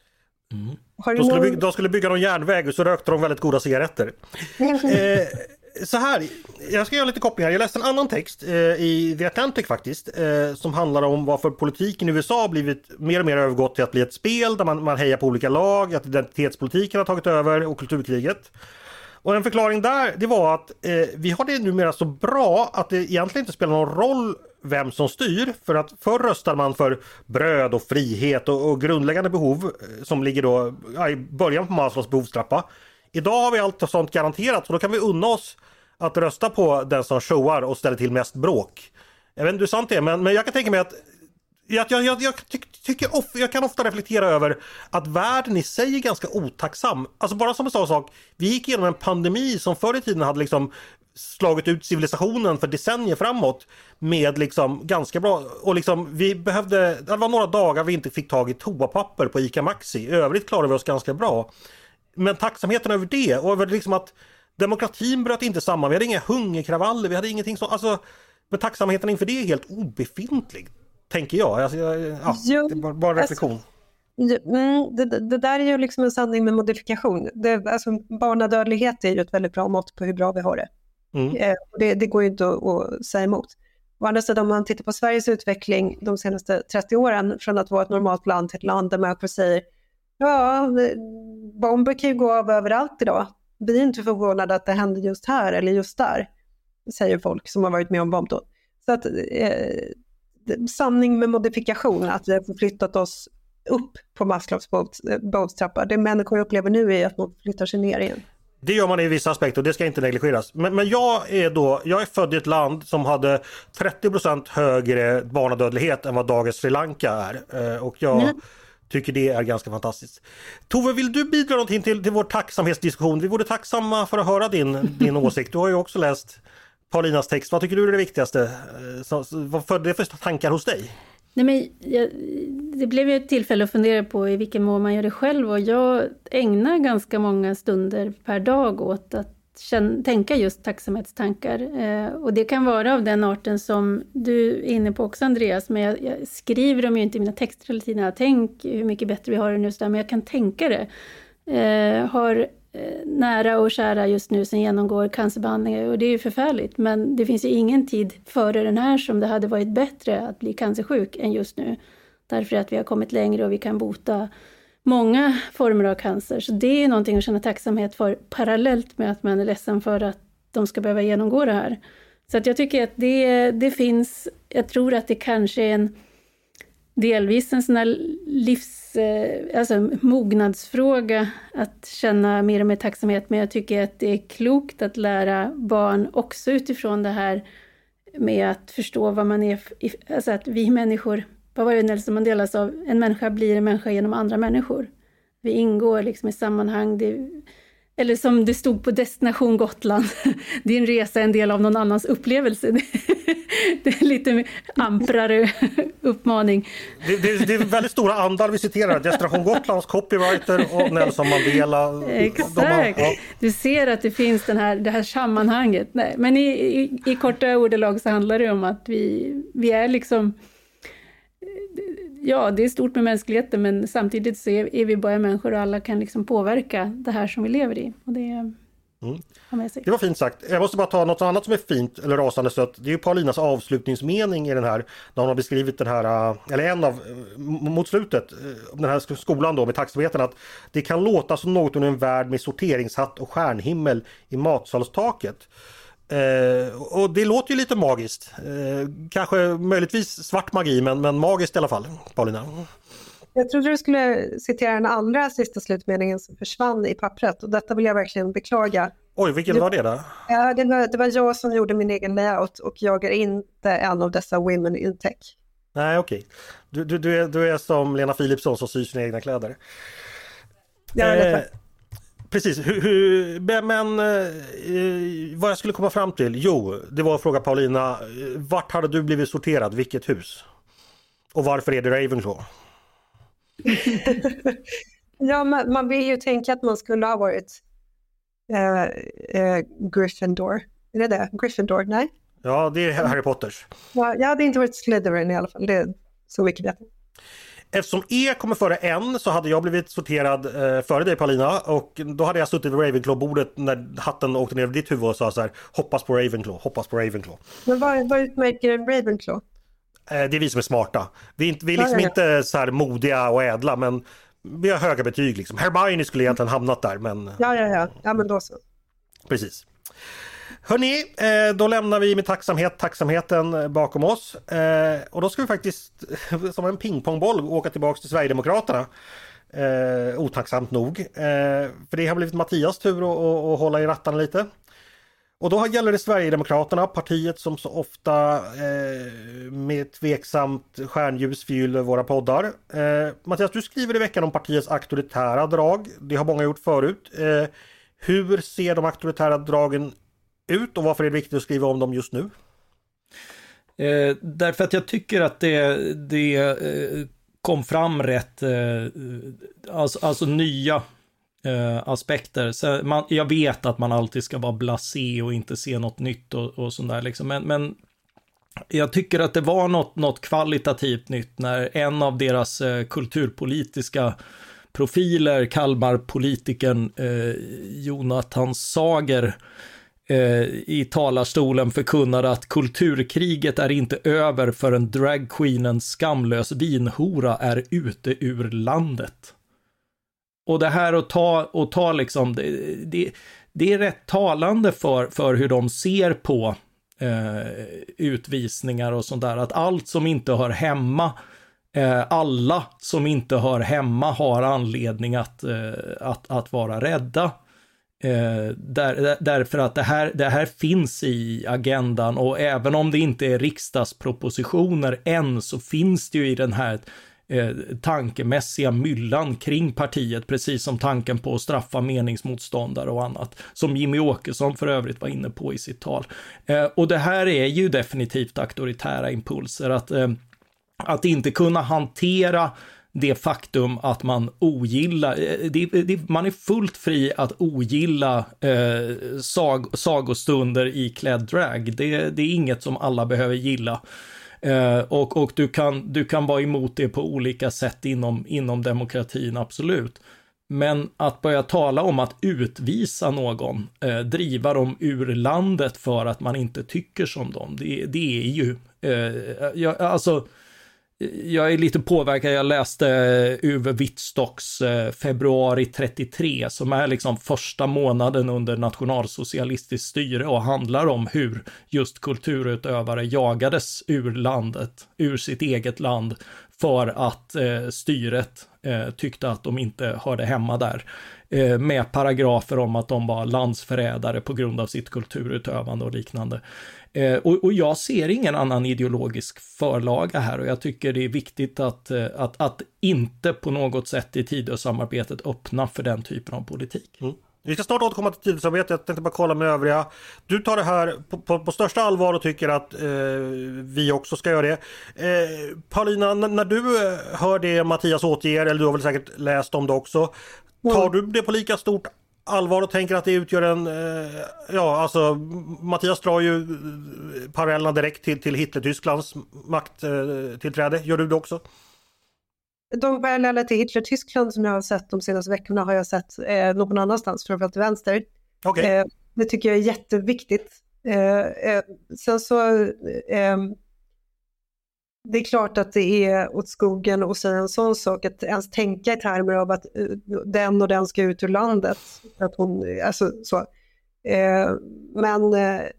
De skulle bygga någon järnväg och så rökte de väldigt goda cigaretter. Så här, jag ska göra lite koppling här. Jag läste en annan text i The Atlantic faktiskt, som handlar om varför politiken i USA blivit mer och mer övergått till att bli ett spel där man hejar på olika lag, att identitetspolitiken har tagit över och kulturkriget. Och en förklaring där, det var att vi har det numera så bra att det egentligen inte spelar någon roll vem som styr, för att förr röstade man för bröd och frihet och grundläggande behov som ligger då i början på Maslows behovstrappa. Idag har vi allt sånt garanterat, så då kan vi unna oss att rösta på den som showar och ställer till mest bråk. Jag vet inte hur sant det är, men jag kan tänka mig att jag kan ofta reflektera över att världen i sig är ganska otacksam. Alltså bara som en sån sak, vi gick igenom en pandemi som förr i tiden hade liksom slagit ut civilisationen för decennier framåt med liksom ganska bra, och liksom det var några dagar vi inte fick tag i toapapper på ICA Maxi. I övrigt klarade vi oss ganska bra. Men tacksamheten över det och över liksom att demokratin bröt inte samman. Vi hade inga hungerkravaller, vi hade ingenting så. Alltså, men tacksamheten inför det är helt obefintlig, tänker jag. Alltså, det är bara reflektion. Det där är ju liksom en sanning med modifikation. Alltså, barnadödlighet är ju ett väldigt bra mått på hur bra vi har det. Det går ju inte att säga emot. Å andra sidan, om man tittar på Sveriges utveckling de senaste 30 åren från att vara ett normalt land till ett land där människor säger bomber kan ju gå av överallt idag. Vi är inte förvånade att det händer just här eller just där, säger folk som har varit med om bombdåd. Så att sanning med modifikation, att vi har förflyttat oss upp på Maslows behovstrappa. Det människor upplever nu är att man flyttar sig ner igen. Det gör man i vissa aspekter och det ska inte negligeras. Men jag är född i ett land som hade 30% högre barnadödlighet än vad dagens Sri Lanka är. Och jag tycker det är ganska fantastiskt. Tove, vill du bidra någonting till vår tacksamhetsdiskussion? Vi vore tacksamma för att höra din åsikt. Du har ju också läst Paulinas text. Vad tycker du är det viktigaste? Vad födde det för tankar hos dig? Nej, men det blev ju ett tillfälle att fundera på i vilken mån man gör det själv, och jag ägnar ganska många stunder per dag åt att tänka just tacksamhetstankar. Och det kan vara av den arten som du är inne på också, Andreas, men jag skriver dem ju inte i mina texter hela tiden. Jag tänker hur mycket bättre vi har det nu, men jag kan tänka det. Har nära och kära just nu som genomgår cancerbehandlingar, och det är ju förfärligt, men det finns ju ingen tid före den här som det hade varit bättre att bli cancersjuk än just nu, därför att vi har kommit längre och vi kan bota många former av cancer. Så det är någonting att känna tacksamhet för, parallellt med att man är ledsen för att de ska behöva genomgå det här. Så att jag tycker att det finns, jag tror att det kanske är delvis en sån här mognadsfråga att känna mer och mer tacksamhet, men jag tycker att det är klokt att lära barn också utifrån det här med att förstå vad man är, alltså att vi människor, vad var det Nelson Mandela sa, en människa blir en människa genom andra människor. Vi ingår liksom i sammanhang, eller som det stod på Destination Gotland, din resa är en del av någon annans upplevelse. Det är lite amprare uppmaning. Det är väldigt stora andar vi citerar. Destination Gotlands copywriter och Nelson Mandela. Exakt. Du ser att det finns det här sammanhanget. Nej, men i korta ordalag så handlar det om att vi är liksom... Ja, det är stort med mänskligheten, men samtidigt så är vi bara människor och alla kan liksom påverka det här som vi lever i. Och det har med sig. Det var fint sagt. Jag måste bara ta något annat som är fint eller rasande sött. Det är ju Paulinas avslutningsmening i den här, när hon har beskrivit den här, eller en av, mot slutet, den här skolan då med tacksamheten, att det kan låta som något under en värld med sorteringshatt och stjärnhimmel i matsalstaket. Och det låter ju lite magiskt. Kanske möjligtvis svart magi, men magiskt i alla fall, Paulina. Jag trodde du skulle citera den allra sista slutmeningen som försvann i pappret, och detta vill jag verkligen beklaga. Oj, vilken var det då? Ja, det var jag som gjorde min egen layout, och jag är inte en av dessa women in tech. Nej, okej. Du är som Lena Philipsson som syr sina egna kläder. Ja, precis, men vad jag skulle komma fram till, det var att fråga Paulina, vart hade du blivit sorterad, vilket hus? Och varför är det Ravenclaw? Ja, man vill ju tänka att man skulle ha varit Gryffindor. Är det? Gryffindor, nej? Ja, det är Harry Potters. Ja, jag hade inte varit Slytherin i alla fall, det är så mycket bättre. Eftersom E kommer före N så hade jag blivit sorterad före dig, Paulina, och då hade jag suttit vid Ravenclaw-bordet när hatten åkte ner över ditt huvud och sa så här: hoppas på Ravenclaw. Men vad utmärker en Ravenclaw? Det är vi som är smarta. Vi är liksom inte så här modiga och ädla, men vi har höga betyg liksom. Hermione skulle egentligen hamnat där, men... Ja, men då så. Precis. Hörrni, då lämnar vi med tacksamheten bakom oss. Och då ska vi faktiskt som en pingpongboll åka tillbaka till Sverigedemokraterna. Otacksamt nog. För det har blivit Mattias tur att hålla i rattarna lite. Och då gäller det Sverigedemokraterna, partiet som så ofta med tveksamt stjärnljus förgyller våra poddar. Mattias, du skriver i veckan om partiets auktoritära drag. Det har många gjort förut. Hur ser de auktoritära dragen ut och varför är det viktigt att skriva om dem just nu? Därför att jag tycker att det kom fram rätt alltså nya aspekter. Så jag vet att man alltid ska vara blasé och inte se något nytt och sånt där liksom. Men Jag tycker att det var något kvalitativt nytt när en av deras kulturpolitiska profiler, Kalmarpolitikern Jonathan Sager, i talarstolen förkunnade att kulturkriget är inte över förrän dragqueenen skamlös vinhora är ute ur landet. Och det här att ta liksom, det är rätt talande för hur de ser på utvisningar och sånt där, att allt som inte hör hemma, alla som inte hör hemma har anledning att vara rädda. Därför att det här finns i agendan, och även om det inte är riksdagspropositioner än, så finns det ju i den här tankemässiga myllan kring partiet, precis som tanken på att straffa meningsmotståndare och annat, som Jimmy Åkesson för övrigt var inne på i sitt tal. Och det här är ju definitivt auktoritära impulser, att inte kunna hantera det faktum att man ogillar, man är fullt fri att ogilla sagostunder i klädd drag. Det är inget som alla behöver gilla. Och du kan vara emot det på olika sätt inom demokratin, absolut. Men att börja tala om att utvisa någon, driva dem ur landet för att man inte tycker som dem, det är ju... Jag är lite påverkad. Jag läste Uwe Wittstocks februari 33, som är liksom första månaden under nationalsocialistiskt styre och handlar om hur just kulturutövare jagades ur landet, ur sitt eget land, för att styret tyckte att de inte hörde hemma där, med paragrafer om att de var landsförrädare på grund av sitt kulturutövande och liknande. Och jag ser ingen annan ideologisk förlaga här, och jag tycker det är viktigt att inte på något sätt i Tidösamarbetet öppna för den typen av politik. Mm. Vi ska snart återkomma till Tidösamarbetet. Jag tänkte bara kolla med övriga. Du tar det här på största allvar och tycker att vi också ska göra det. Paulina, när du hör det Mattias återger, eller du har väl säkert läst om det också, tar du det på lika stort allvar och tänker att det utgör en... Mattias drar ju parallellerna direkt till Hitler-Tysklands makttillträde. Gör du det också? De paralleller till Hitler-Tyskland som jag har sett de senaste veckorna har jag sett någon annanstans, framförallt till vänster. Okay. Det tycker jag är jätteviktigt. Sen så... det är klart att det är åt skogen och säga en sån sak, att ens tänka i termer av att den och den ska ut ur landet. Att hon, alltså så. Men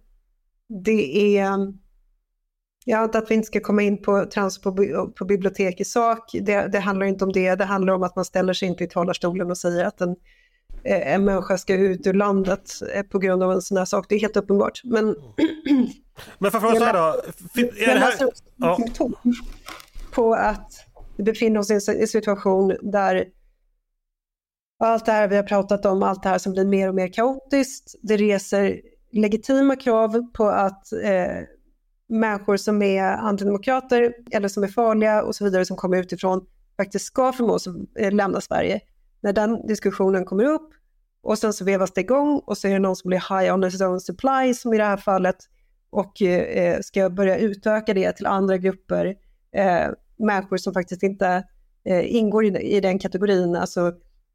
det är... Jag antar att vi inte ska komma in på trans på bibliotek i sak. Det handlar inte om det. Det handlar om att man ställer sig inte i talarstolen och säger att en människa ska ut ur landet på grund av en sån här sak. Det är helt uppenbart. Men för att fråga så här då. Är det här symptom på att vi befinner oss i en situation där allt det här vi har pratat om, allt det här som blir mer och mer kaotiskt, det reser legitima krav på att människor som är antidemokrater eller som är farliga och så vidare, som kommer utifrån, faktiskt ska förmås lämna Sverige. När den diskussionen kommer upp och sen så vevas det igång och så är det någon som blir high on his own supply, som i det här fallet, och ska börja utöka det till andra grupper, människor som faktiskt inte ingår i den kategorin, alltså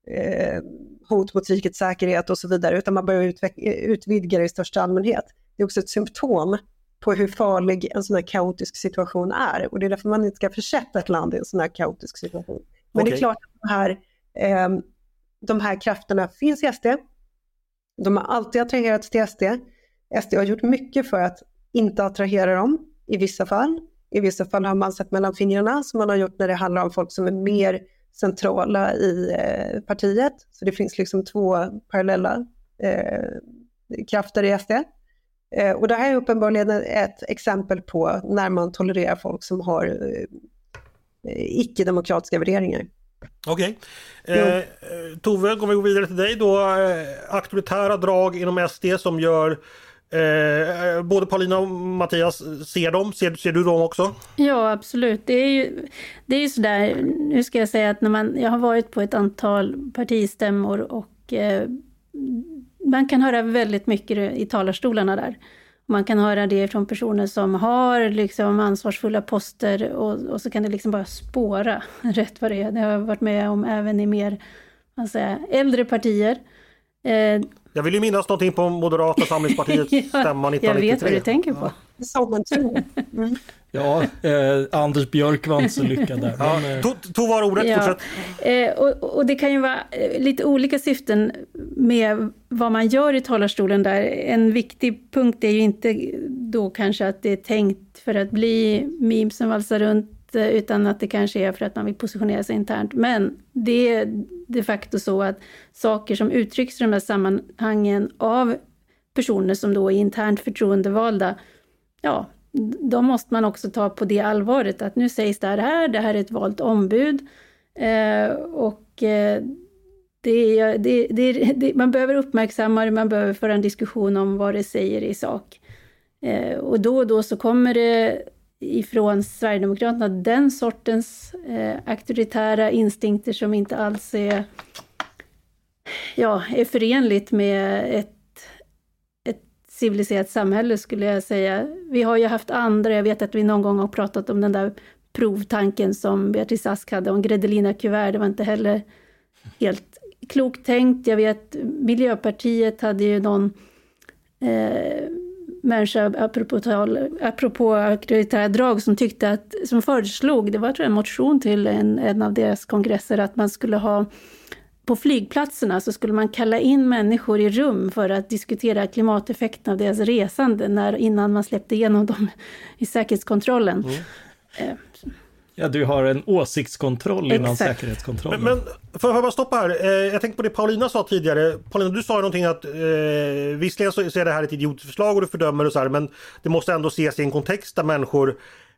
hot mot rikets säkerhet och så vidare, utan man börjar utvidga det i största allmänhet. Det är också ett symptom på hur farlig en sån här kaotisk situation är, och det är därför man inte ska försätta ett land i en sån här kaotisk situation. Men det är klart att de här krafterna finns i SD. De har alltid attraherats till SD. SD har gjort mycket för att inte attrahera dem i vissa fall. I vissa fall har man sett mellan fingrarna, som man har gjort när det handlar om folk som är mer centrala i partiet. Så det finns liksom två parallella krafter i SD. Och det här är uppenbarligen ett exempel på när man tolererar folk som har icke-demokratiska värderingar. Okej. Tove, går vi gå vidare till dig då. Auktoritära drag inom SD som gör både Paulina och Mattias ser dem. Ser du dem också? Ja, absolut. Det är ju sådär, nu ska jag säga att jag har varit på ett antal partistämmor och man kan höra väldigt mycket i talarstolarna där. Man kan höra det från personer som har liksom ansvarsfulla poster och så kan det liksom bara spåra rätt vad det är. Det har jag varit med om även i mer äldre partier. Jag vill ju minnas någonting på Moderata samlingspartiets stämma 1993. Jag vet vad du tänker på. Ja, Anders Björk var inte så lyckad där. Ja, tog var ordet, fortsätt. Och det kan ju vara lite olika syften med vad man gör i talarstolen där. En viktig punkt är ju inte då kanske att det är tänkt för att bli memes som valsar runt, utan att det kanske är för att man vill positionera sig internt. Men det är de facto så att saker som uttrycks i de här sammanhangen av personer som då är internt förtroendevalda, ja, då måste man också ta på det allvaret att nu sägs det här är ett valt ombud man behöver uppmärksamma det, man behöver föra en diskussion om vad det säger i sak. Och då så kommer det ifrån Sverigedemokraterna den sortens auktoritära instinkter som inte alls är förenligt med ett civiliserat samhälle, skulle jag säga. Vi har ju haft andra, jag vet att vi någon gång har pratat om den där provtanken som Beatrice Ask hade om Gredelina-kuvert, det var inte heller helt klokt tänkt. Jag vet Miljöpartiet hade ju någon människa apropå auktoritära drag som tyckte som föreslog, det var tror jag en motion till en av deras kongresser, att man skulle ha på flygplatserna så skulle man kalla in människor i rum för att diskutera klimateffekten av deras resande innan man släppte igenom dem i säkerhetskontrollen. Ja, du har en åsiktskontroll innan säkerhetskontrollen. Men får jag bara stoppa här? Jag tänkte på det Paulina sa tidigare. Paulina, du sa ju någonting att visserligen så är det här ett idiotförslag och du fördömer och så här, men det måste ändå ses i en kontext där människor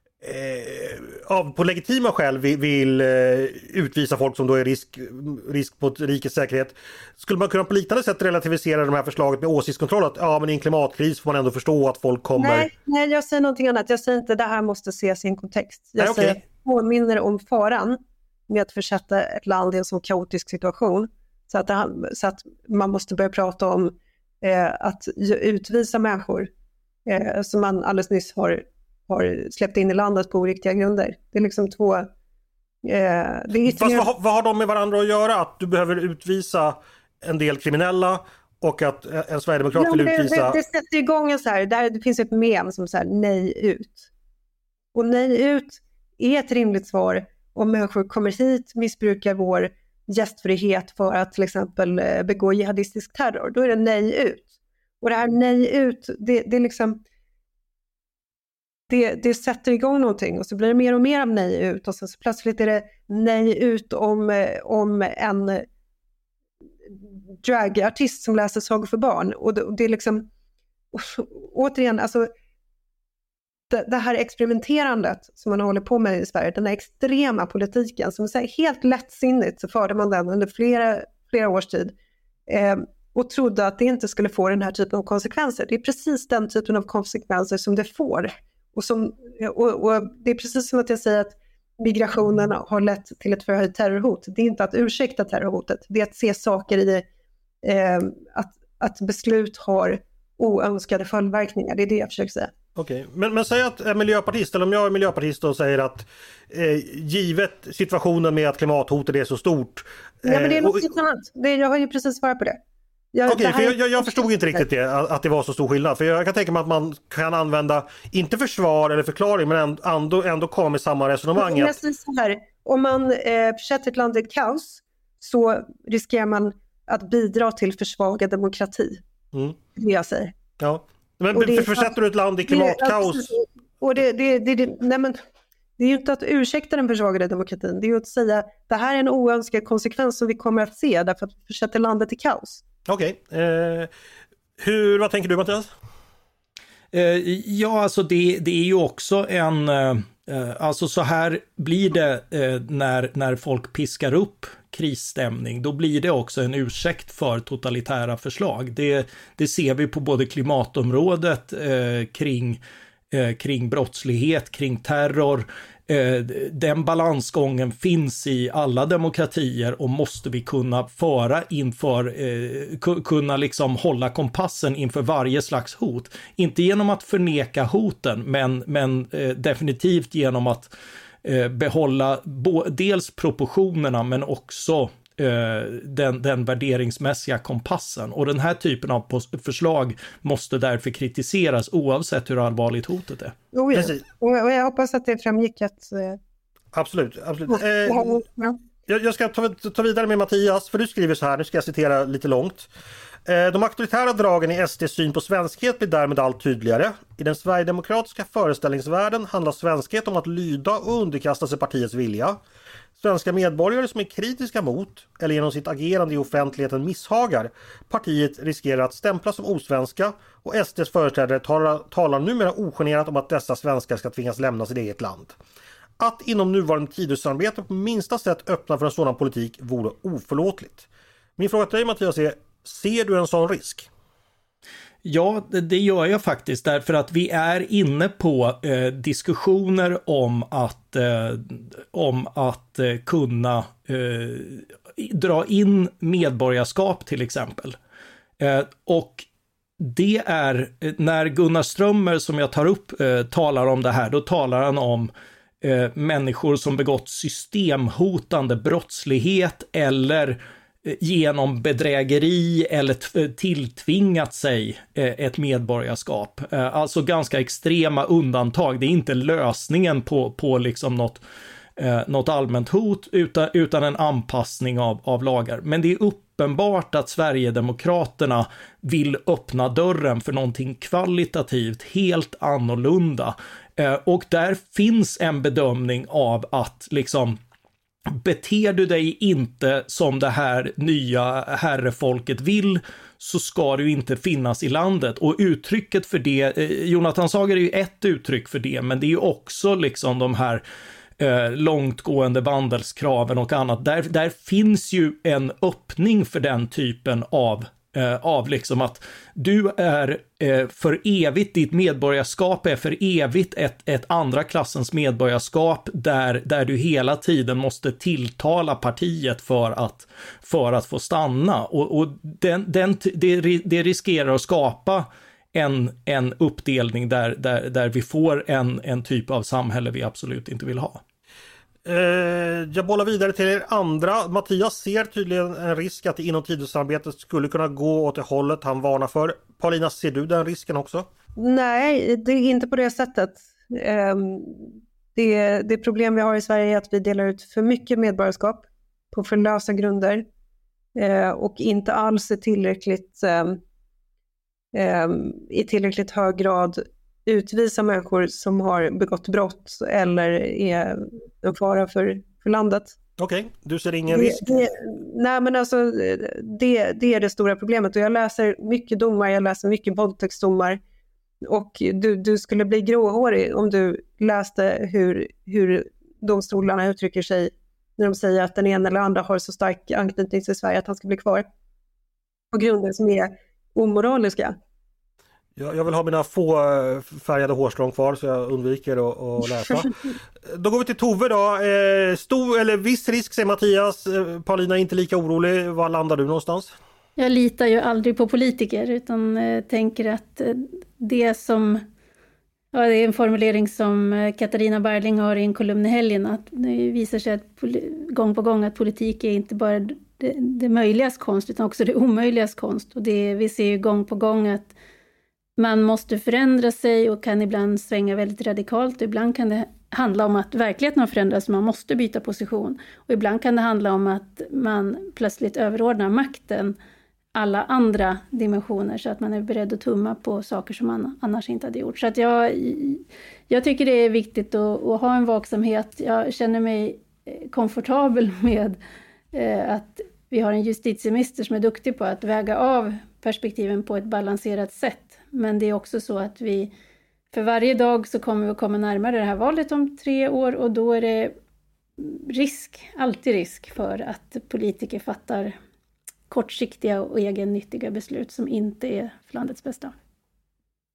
på legitima skäl vill utvisa folk som då är risk på rikets säkerhet. Skulle man kunna på liknande sätt relativisera de här förslaget med åsiktskontroll? Att men i en klimatkris får man ändå förstå att folk kommer... Nej, jag säger någonting annat. Jag säger inte det här måste ses i en kontext. Jag säger påminner om faran med att försätta ett land i en så kaotisk situation. Så att man måste börja prata om att utvisa människor som man alldeles nyss har släppt in i landet på oriktiga grunder. Det är liksom två... Fast vad har de med varandra att göra? Att du behöver utvisa en del kriminella och att en sverigedemokrat vill utvisa... Det sätter igång en så här... Det finns ett mem som säger nej ut. Och nej ut är ett rimligt svar om människor kommer hit, missbrukar vår gästfrihet för att till exempel begå jihadistisk terror. Då är det nej ut. Och det här nej ut, det är liksom... Det sätter igång någonting och så blir det mer och mer av nej ut och så plötsligt är det nej ut om en dragartist som läser sagor för barn och det är liksom återigen alltså det här experimenterandet som man håller på med i Sverige, den här extrema politiken som är helt lättsinnigt, så förde man den under flera års tid och trodde att det inte skulle få den här typen av konsekvenser. Det är precis den typen av konsekvenser som det får. Och det är precis som att jag säger att migrationen har lett till ett förhöjt terrorhot. Det är inte att ursäkta terrorhotet. Det är att se saker i att beslut har oönskade följdverkningar. Det är det jag försöker säga. Okej, men säg att en miljöpartist, eller om jag är miljöpartist och säger att givet situationen med att klimathotet är så stort... Ja, men det är något annat. Jag har ju precis svarat på det. Jag förstod inte riktigt det, att det var så stor skillnad. För jag kan tänka mig att man kan använda, inte försvar eller förklaring, men ändå komma med samma resonemang. Jag säger så här, om man försätter ett land i kaos så riskerar man att bidra till försvagad demokrati. Det jag säger. Ja, men försätter du ett land i klimatkaos? Det är ju inte att ursäkta den försvagade demokratin. Det är ju att säga att det här är en oönskad konsekvens som vi kommer att se därför att vi försätter landet i kaos. Okej. Vad tänker du, Mattias? Ja, alltså det är ju också alltså så här blir det när folk piskar upp krisstämning. Då blir det också en ursäkt för totalitära förslag. Det ser vi på både klimatområdet, kring brottslighet, kring terror. Den balansgången finns i alla demokratier och måste vi kunna föra inför, kunna liksom hålla kompassen inför varje slags hot. Inte genom att förneka hoten, men definitivt genom att behålla dels proportionerna men också den värderingsmässiga kompassen. Och den här typen av förslag måste därför kritiseras oavsett hur allvarligt hotet är. Oh ja. Och jag hoppas att det framgick att... Absolut. Jag ska ta vidare med Mattias, för du skriver så här, nu ska jag citera lite långt. De auktoritära dragen i SD:s syn på svenskhet blir därmed allt tydligare. I den sverigedemokratiska föreställningsvärlden handlar svenskhet om att lyda och underkasta sig partiets vilja. Svenska medborgare som är kritiska mot eller genom sitt agerande i offentligheten misshagar partiet riskerar att stämplas som osvenska, och SD:s företrädare talar numera ogenerat om att dessa svenskar ska tvingas lämna sitt eget land. Att inom nuvarande Tidösamarbete på minsta sätt öppna för en sådan politik vore oförlåtligt. Min fråga till dig, Mattias, är: ser du en sån risk? Ja, det gör jag faktiskt, därför att vi är inne på diskussioner om att kunna dra in medborgarskap till exempel. Och det är, när Gunnar Strömmer, som jag tar upp, talar om det här, då talar han om människor som begått systemhotande brottslighet eller genom bedrägeri eller tilltvingat sig ett medborgarskap. Alltså ganska extrema undantag. Det är inte lösningen på liksom något allmänt hot utan en anpassning av lagar. Men det är uppenbart att Sverigedemokraterna vill öppna dörren för någonting kvalitativt helt annorlunda. Och där finns en bedömning av att liksom, beter du dig inte som det här nya herrefolket vill, så ska du inte finnas i landet. Och uttrycket för det, Jonathan Sager är ju ett uttryck för det, men det är ju också liksom de här långtgående vandelskraven och annat. Där finns ju en öppning för den typen av liksom att du är för evigt, ditt medborgarskap är för evigt ett andra klassens medborgarskap där du hela tiden måste tilltala partiet för att få stanna, och det riskerar att skapa en uppdelning där vi får en typ av samhälle vi absolut inte vill ha. Jag bollar vidare till er andra. Mattias ser tydligen en risk att det inom Tidösamarbetet skulle kunna gå åt det hållet han varnar för. Paulina, ser du den risken också? Nej, det är inte på det sättet. Det problem vi har i Sverige är att vi delar ut för mycket medborgarskap på för lösa grunder och inte alls i tillräckligt hög grad utvisa människor som har begått brott eller är en fara för landet. Okej, du ser ingen risk? Nej, men alltså det är det stora problemet, och jag läser mycket domar, jag läser mycket våldtäktsdomar, och du skulle bli gråhårig om du läste hur domstolarna uttrycker sig när de säger att den ena eller andra har så stark anknytning till Sverige att han ska bli kvar på grunder som är omoraliska. Jag vill ha mina få färgade hårstrån kvar, så jag undviker att läsa. Då går vi till Tove då. Stor eller viss risk, säger Mattias. Paulina är inte lika orolig. Var landar du någonstans? Jag litar ju aldrig på politiker, utan tänker att det som... Ja, det är en formulering som Katarina Barling har i en kolumn i helgen, att det visar sig att gång på gång att politik är inte bara det möjligas konst utan också det omöjligas konst. Och vi ser ju gång på gång att man måste förändra sig och kan ibland svänga väldigt radikalt. Ibland kan det handla om att verkligheten har förändrats, man måste byta position. Och ibland kan det handla om att man plötsligt överordnar makten alla andra dimensioner, så att man är beredd att tumma på saker som man annars inte hade gjort. Så att jag tycker det är viktigt att ha en vaksamhet. Jag känner mig komfortabel med att vi har en justitieminister som är duktig på att väga av perspektiven på ett balanserat sätt. Men det är också så att vi för varje dag så kommer vi att komma närmare det här valet om 3 år, och då är det alltid risk för att politiker fattar kortsiktiga och egennyttiga beslut som inte är för landets bästa.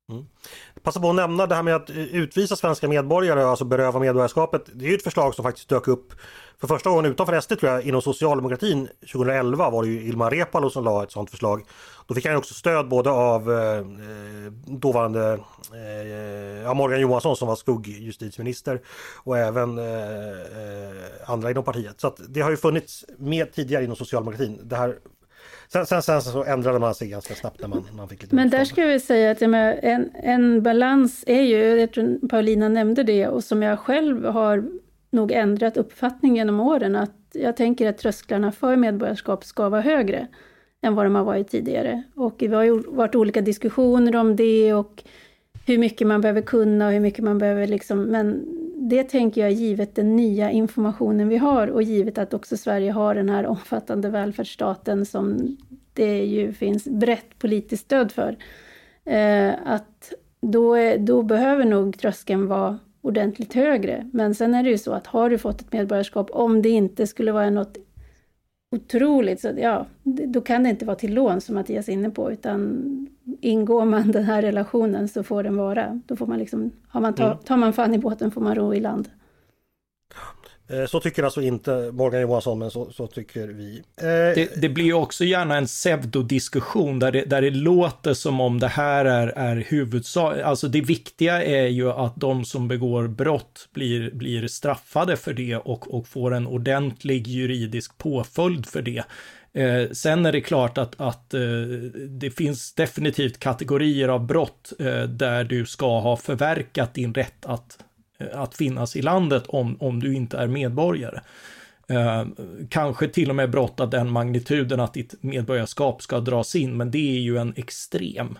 Passa på att nämna det här med att utvisa svenska medborgare, alltså beröva medborgarskapet. Det är ju ett förslag som faktiskt dök upp för första gången utanför SD, tror jag, inom socialdemokratin. 2011 var det ju Ilmar Reepalu som la ett sådant förslag. Då fick han också stöd både av dåvarande Morgan Johansson som var skuggjustitieminister och även andra inom partiet. Så att det har ju funnits med tidigare inom socialdemokratin. Det här, sen så ändrade man sig ganska snabbt när man fick lite. Men där ska jag säga att en balans är ju, jag tror Paulina nämnde det, och som jag själv har nog ändrat uppfattning genom åren, att jag tänker att trösklarna för medborgarskap ska vara högre än vad de har varit tidigare. Och det har ju varit olika diskussioner om det och hur mycket man behöver kunna och hur mycket man behöver liksom, men det tänker jag givet den nya informationen vi har och givet att också Sverige har den här omfattande välfärdsstaten som det ju finns brett politiskt stöd för. Att då behöver nog tröskeln vara ordentligt högre. Men sen är det ju så att har du fått ett medborgarskap, om det inte skulle vara något otroligt, så ja, då kan det inte vara till lån som Mattias är inne på, utan ingår man den här relationen så får den vara. Då får man liksom, tar man fan i båten får man ro i land. Så tycker alltså inte Morgan Johansson, men så tycker vi. Det blir ju också gärna en pseudodiskussion där det låter som om det här är huvudsak. Alltså det viktiga är ju att de som begår brott blir straffade för det och får en ordentlig juridisk påföljd för det. Sen är det klart att det finns definitivt kategorier av brott där du ska ha förverkat din rätt att finnas i landet om du inte är medborgare. Kanske till och med brott av den magnituden att ditt medborgarskap ska dras in, men det är ju en extrem.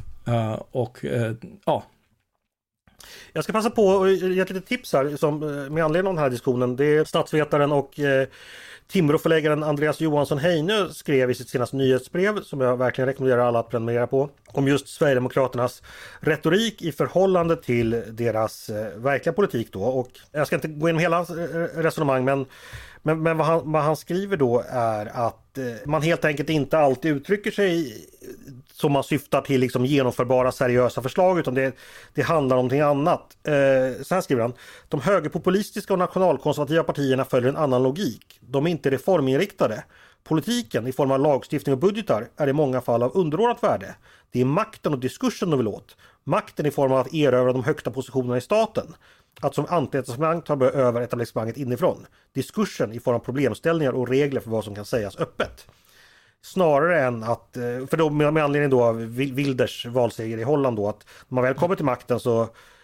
Ja. Jag ska passa på att ge ett litet tips här som, med anledning av den här diskussionen. Det är statsvetaren och Timrå-förläggaren Andreas Johansson Heinö skrev i sitt senaste nyhetsbrev, som jag verkligen rekommenderar alla att prenumerera på, om just Sverigedemokraternas retorik i förhållande till deras verkliga politik då. Och jag ska inte gå in hela resonemang, men vad han skriver då är att man helt enkelt inte alltid uttrycker sig som man syftar till liksom genomförbara seriösa förslag, utan det handlar om någonting annat. Så här skriver han: de högerpopulistiska och nationalkonservativa partierna följer en annan logik. De är inte reforminriktade. Politiken i form av lagstiftning och budgetar är i många fall av underordnat värde. Det är makten och diskursen de vill åt. Makten i form av att erövra de högsta positionerna i staten. Att som antietablissemang ta över etablissemanget inifrån. Diskursen i form av problemställningar och regler för vad som kan sägas öppet. Snarare än att, för då med anledning då av Wilders valseger i Holland då, att när man väl kommer till makten så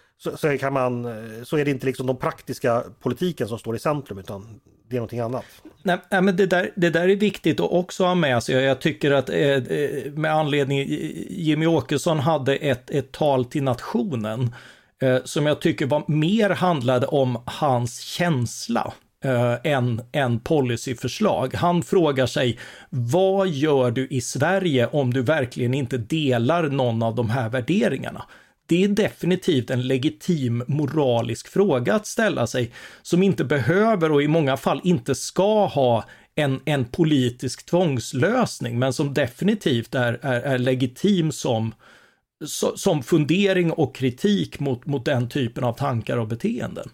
är det inte liksom de praktiska politiken som står i centrum, utan det är någonting annat. Nej, men det där är viktigt att också ha med sig. Jag tycker att med anledning, Jimmy Åkesson hade ett tal till nationen som jag tycker var mer handlade om hans känsla än policyförslag. Han frågar sig, vad gör du i Sverige om du verkligen inte delar någon av de här värderingarna? Det är definitivt en legitim moralisk fråga att ställa sig, som inte behöver och i många fall inte ska ha en politisk tvångslösning, men som definitivt är legitim som fundering och kritik mot den typen av tankar och beteenden.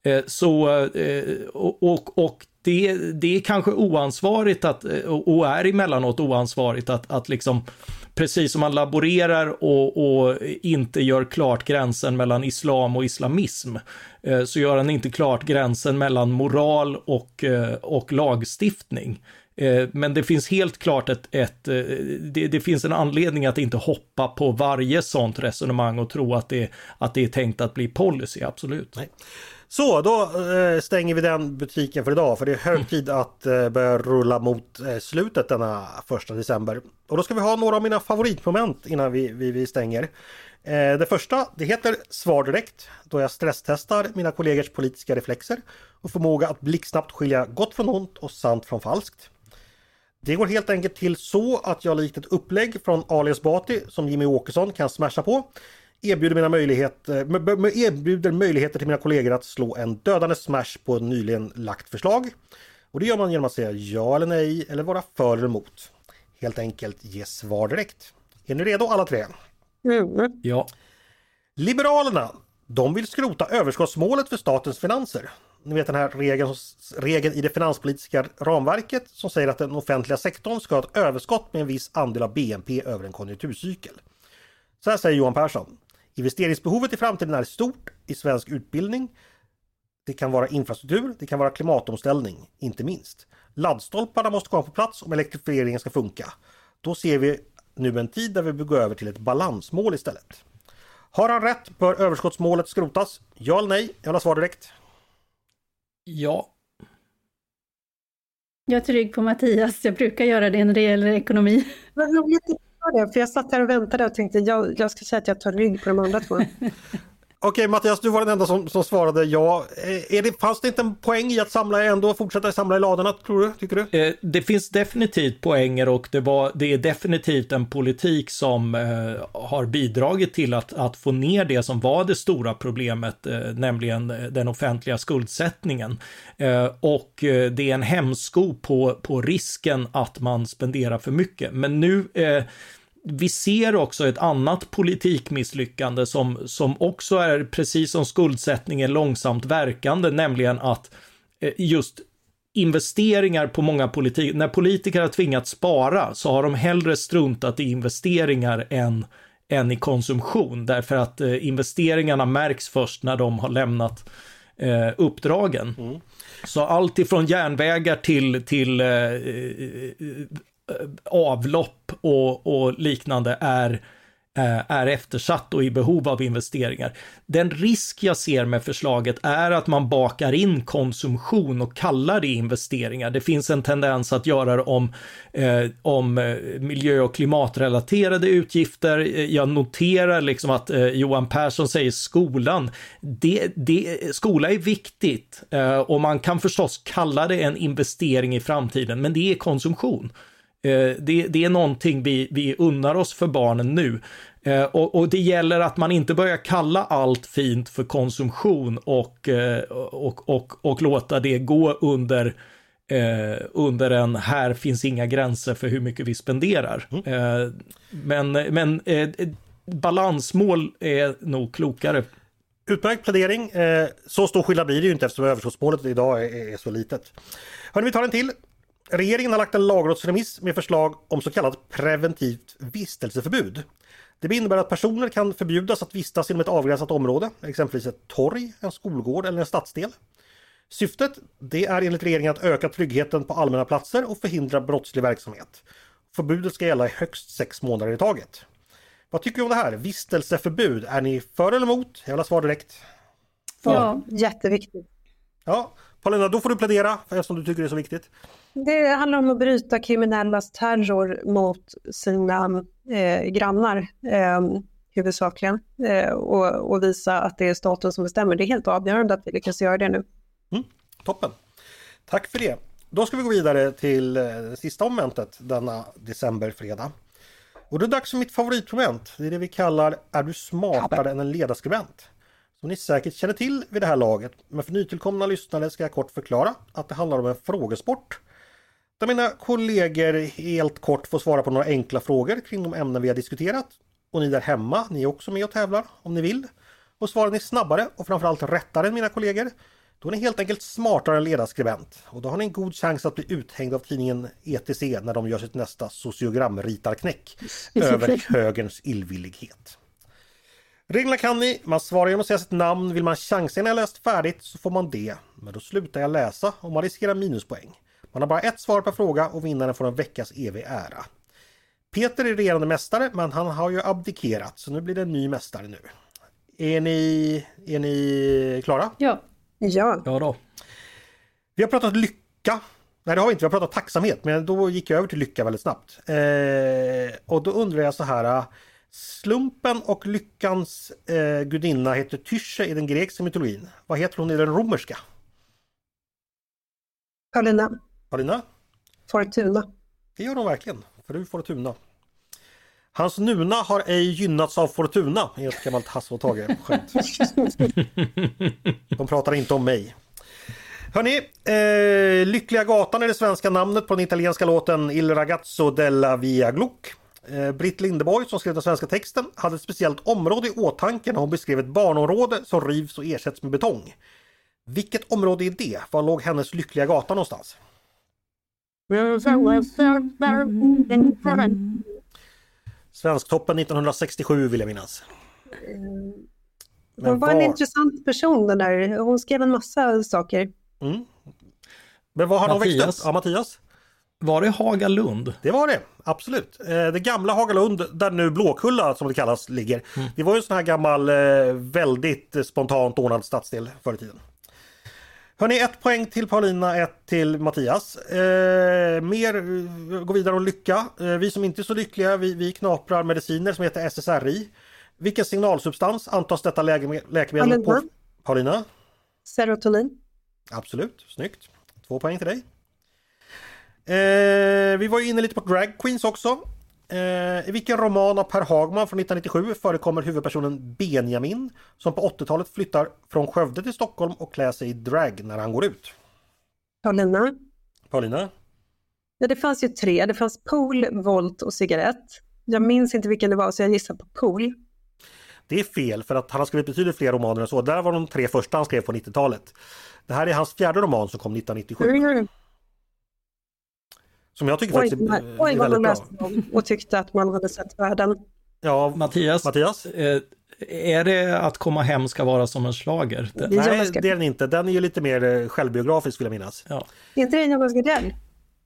Och det är kanske oansvarigt och är emellanåt oansvarigt att liksom, precis som man laborerar och inte gör klart gränsen mellan islam och islamism, så gör han inte klart gränsen mellan moral och lagstiftning. Men det finns helt klart det finns en anledning att inte hoppa på varje sånt resonemang och tro att det är tänkt att bli policy, absolut. Nej. Så, då stänger vi den butiken för idag, för det är hög tid att börja rulla mot slutet denna 1 december. Och då ska vi ha några av mina favoritmoment innan vi stänger. Det första, det heter Svar direkt, då jag stresstestar mina kollegors politiska reflexer och förmåga att blixtsnabbt skilja gott från ont och sant från falskt. Det går helt enkelt till så att jag likt ett upplägg från Ali Esbati som Jimmy Åkesson kan smasha på erbjuder möjligheter till mina kollegor att slå en dödande smash på ett nyligen lagt förslag. Och det gör man genom att säga ja eller nej eller vara för eller emot. Helt enkelt ge svar direkt. Är ni redo alla tre? Ja. Liberalerna, de vill skrota överskottsmålet för statens finanser. Ni vet den här regeln i det finanspolitiska ramverket som säger att den offentliga sektorn ska ha ett överskott med en viss andel av BNP över en konjunkturcykel. Så här säger Johan Persson. Investeringsbehovet i framtiden är stort i svensk utbildning. Det kan vara infrastruktur, det kan vara klimatomställning, inte minst. Laddstolparna måste komma på plats om elektrifieringen ska funka. Då ser vi nu en tid där vi bör gå över till ett balansmål istället. Har han rätt? Bör överskottsmålet skrotas? Ja eller nej? Jag vill ha svar direkt. Ja. Jag är trygg på Mattias. Jag brukar göra det när det gäller ekonomi. Vad roligt det, för jag satt här och väntade och tänkte jag ska säga att jag tar rygg på de andra två. Okej, Mattias, du var den enda som svarade ja. Fanns det inte en poäng i att fortsätta samla i ladorna, tror du? Tycker du? Det finns definitivt poänger och det är definitivt en politik som har bidragit till att få ner det som var det stora problemet, nämligen den offentliga skuldsättningen. Och det är en hämsko på risken att man spenderar för mycket. Men nu vi ser också ett annat politikmisslyckande som också är, precis som skuldsättningen, långsamt verkande, nämligen att just investeringar på många när politiker har tvingats spara så har de hellre struntat i investeringar än i konsumtion, därför att investeringarna märks först när de har lämnat uppdragen. Mm. Så allt ifrån järnvägar till avlopp och liknande är eftersatt och i behov av investeringar. Den risk jag ser med förslaget är att man bakar in konsumtion och kallar det investeringar. Det finns en tendens att göra det om miljö- och klimatrelaterade utgifter. Jag noterar liksom att Johan Persson säger skolan. Skola är viktigt och man kan förstås kalla det en investering i framtiden, men det är konsumtion. Det är någonting vi unnar oss för barnen nu. Och det gäller att man inte börjar kalla allt fint för konsumtion och låta det gå under en här finns inga gränser för hur mycket vi spenderar. Men balansmål är nog klokare. Utmärkt plädering. Så stor skillnad blir det ju inte eftersom överskottsmålet idag är så litet. Hörni, vi tar en till. Regeringen har lagt en lagrådsremiss med förslag om så kallat preventivt vistelseförbud. Det innebär att personer kan förbjudas att vistas inom ett avgränsat område, exempelvis ett torg, en skolgård eller en stadsdel. Syftet det är enligt regeringen att öka tryggheten på allmänna platser och förhindra brottslig verksamhet. Förbudet ska gälla i högst 6 månader i taget. Vad tycker du om det här? Vistelseförbud, är ni för eller emot? Jag vill ha svar direkt. Ja, jätteviktigt. Ja, Paulina, då får du plädera eftersom du tycker det är så viktigt. Det handlar om att bryta kriminellas terror mot sina grannar huvudsakligen och visa att det är staten som bestämmer. Det är helt avgörande att vi lyckas göra det nu. Toppen. Tack för det. Då ska vi gå vidare till sista momentet denna decemberfredag. Och det är dags för mitt favoritmoment. Det är det vi kallar Är du smartare än en ledarskribent? Som ni säkert känner till vid det här laget. Men för nytillkomna lyssnare ska jag kort förklara att det handlar om en frågesport. Där mina kollegor helt kort får svara på några enkla frågor kring de ämnen vi har diskuterat. Och ni där hemma, ni är också med och tävlar om ni vill. Och svarar ni snabbare och framförallt rättare än mina kollegor, då är ni helt enkelt smartare än ledarskribent. Och då har ni en god chans att bli uthängd av tidningen ETC när de gör sitt nästa sociogramritarknäck över högerns illvillighet. Reglerna kan ni. Man svarar genom att säga sitt namn. Vill man chansa när jag läst färdigt så får man det. Men då slutar jag läsa och man riskerar minuspoäng. Man har bara ett svar per fråga och vinnaren får en veckas evig ära. Peter är regerande mästare, men han har ju abdikerat. Så nu blir det en ny mästare nu. Är ni klara? Ja. Ja då. Vi har pratat lycka. Nej, det har vi inte. Vi har pratat tacksamhet. Men då gick jag över till lycka väldigt snabbt. Och då undrar jag så här. Slumpen och lyckans gudinna heter Tysche i den grekiska mytologin. Vad heter hon i den romerska? Paulina? Fortuna. Det gör hon verkligen. Fru Fortuna. Hans nuna har ej gynnats av Fortuna. Det är ett gammalt Hasse och Tage. Skönt. De pratar inte om mig. Hörrni, Lyckliga gatan är det svenska namnet på den italienska låten Il ragazzo della via Gluck. Britt Lindeborg som skrev den svenska texten hade ett speciellt område i åtanke när hon beskrev ett barnområde som rivs och ersätts med betong. Vilket område är det? Var låg hennes lyckliga gata någonstans? Svensktoppen 1967 vill jag minnas. Hon var en intressant person den där. Hon skrev en massa saker. Men vad har de växt upp? Ja, Mattias? Var det Hagalund? Det var det, absolut. Det gamla Hagalund där nu Blåkulla som det kallas ligger. Det var ju en sån här gammal väldigt spontant ordnad stadsdel förr i tiden. Hörrni, 1 poäng till Paulina, 1 till Mattias. Gå vidare och lycka. Vi som inte är så lyckliga, vi knaprar mediciner som heter SSRI. Vilken signalsubstans antas detta läkemedel på? Paulina? Serotonin. Absolut, snyggt. 2 poäng till dig. Vi var ju inne lite på drag queens också. I vilken roman av Per Hagman från 1997 förekommer huvudpersonen Benjamin som på 80-talet flyttar från Skövde till Stockholm och klär sig i drag när han går ut? Paulina? Ja, det fanns ju 3. Det fanns pool, volt och cigarett. Jag minns inte vilken det var så jag gissar på pool. Det är fel för att han har skrivit betydligt fler romaner än så. Där var de 3 första han skrev på 90-talet. Det här är hans 4:e roman som kom 1997. Som jag tycker faktiskt är väldigt bra. Och tyckte att man hade sett världen. Ja, Mattias? Är det att komma hem ska vara som en slager? Nej, det är den inte. Den är ju lite mer självbiografisk vill jag minnas. Ja. Är inte det Jonas Gardell?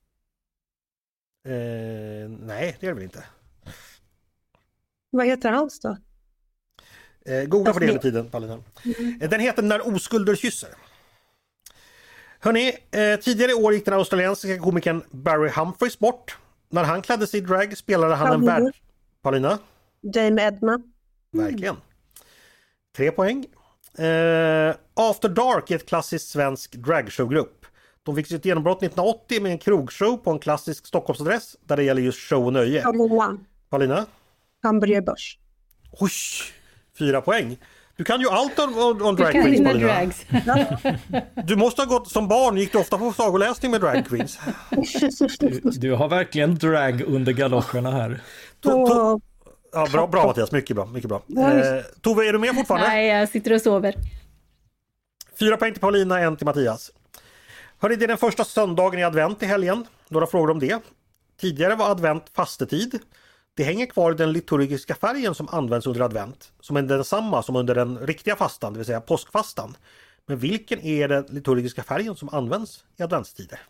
Nej, det är det väl inte. Vad heter hans då? Googla på det hela tiden, Paulina. Den heter När oskulder kysser. Hörrni, tidigare i år gick den australiensiska komikern Barry Humphries bort. När han klädde sig i drag spelade han en värld... Paulina? Dame Edna. Verkligen. 3 poäng. After Dark är ett klassiskt svensk dragshowgrupp. De fick sitt genombrott 1980 med en krogshow på en klassisk Stockholmsadress där det gäller just show och nöje. Paulina? Hamburger Börs. Oj, 4 poäng. Du kan ju allt om drag queens, Paulina. Du måste ha gått som barn, gick du ofta på sagoläsning med drag queens? Du har verkligen drag under galoscherna här. Ja, bra Mattias, mycket bra. Tove, är du med fortfarande? Nej, jag sitter och sover. 4 poäng till Paulina, 1 till Mattias. Hörrni, det är den första söndagen i advent i helgen. Några frågor om det. Tidigare var advent fastetid. Det hänger kvar i den liturgiska färgen som används under advent, som är densamma som under den riktiga fastan, det vill säga påskfastan. Men vilken är den liturgiska färgen som används i adventstider?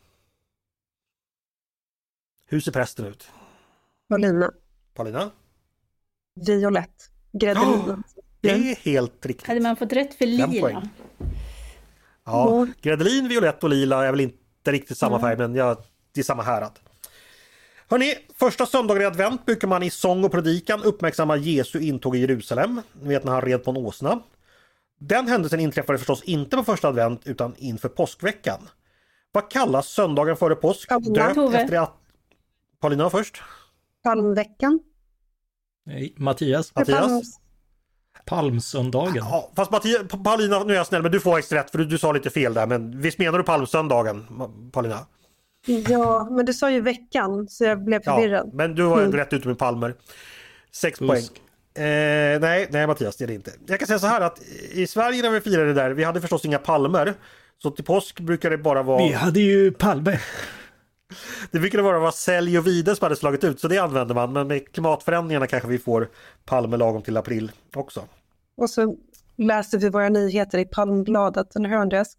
Hur ser prästen ut? Paulina? Violett. Gräddlin. Det är helt riktigt. Hade man fått rätt för lila? Ja, gräddlin, violett och lila är väl inte riktigt samma färg, men det är samma härad. Hörrni, första söndagen i advent brukar man i sång och predikan uppmärksamma Jesu intåg i Jerusalem. Ni vet när han red på en åsna. Den händelsen inträffade förstås inte på första advent utan inför påskveckan. Vad kallas söndagen före påsk? Döpt efter att... Paulina först. Palmveckan. Nej, Mattias. Palmsöndagen. Ja, fast Paulina, nu är jag snäll, men du får extra rätt för du sa lite fel där. Men visst menar du palmsöndagen, Paulina? Ja, men du sa ju veckan så jag blev förvirrad. Ja, men du var rätt ute med palmer. 6 poäng. Nej Mattias, det är det inte. Jag kan säga så här att i Sverige när vi firade det där, vi hade förstås inga palmer. Så till påsk brukar det bara vara... Vi hade ju palmer. Det brukade bara vara sälj och vide som hade slagit ut, så det använder man. Men med klimatförändringarna kanske vi får palmer lagom till april också. Och så läste vi våra nyheter i Palmbladet, eller hur Andreas?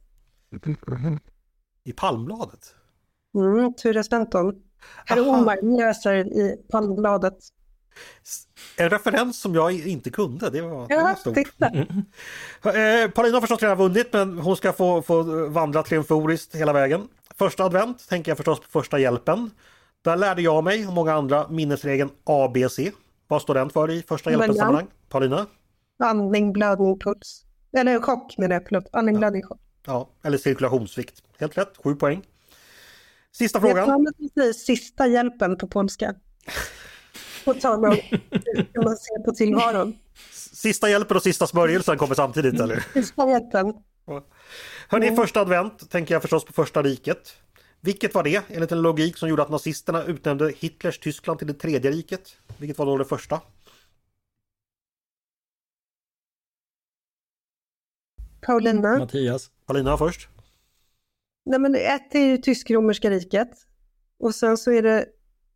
I Palmbladet? Ture Spenton. Herr Omar läser i Palmbladet. En referens som jag inte kunde. Det var stort. Titta. Paulina har förstås redan vunnit, men hon ska få vandra triumforiskt hela vägen. Första advent tänker jag förstås på första hjälpen. Där lärde jag mig och många andra minnesregeln ABC. Vad står den för i första hjälpens sammanhang? Paulina? Andning, blödning, puls. Eller chock med det. Andning, blödning, chock. Ja, eller cirkulationssvikt. Helt rätt, 7 poäng. Sista frågan. Jag tar sista hjälpen på polska. På tal om hur man ser på tillvaron. Sista hjälpen och sista smörjelsen kommer samtidigt, eller? Sista hjälpen. Hörrni, första advent tänker jag förstås på första riket. Vilket var det enligt en logik som gjorde att nazisterna utnämnde Hitlers Tyskland till det tredje riket? Vilket var då det första? Paulina. Mattias. Paulina först. Nej, men ett är ju Tysk-romerska riket. Och sen så är det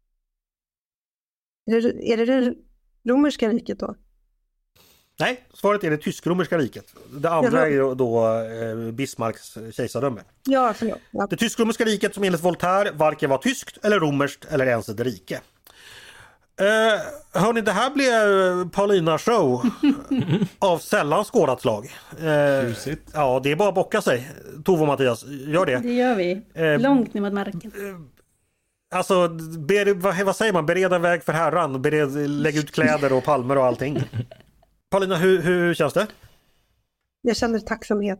romerska riket då? Nej, svaret är det Tysk-romerska riket. Det andra är ju då Bismarcks kejsardöme. Ja, förlåt. Ja. Det Tysk-romerska riket som enligt Voltaire varken var tyskt eller romerskt eller ens ett rike. Hörni, det här blev Paulina show av sällan skådat slag. Ja, det är bara att bocka sig. Tove och Mattias, gör det. Det gör vi. Långt ner mot marken. Alltså, vad säger man? Bereda väg för herran. Lägg ut kläder och palmer och allting. Paulina, hur känns det? Jag känner tacksamhet.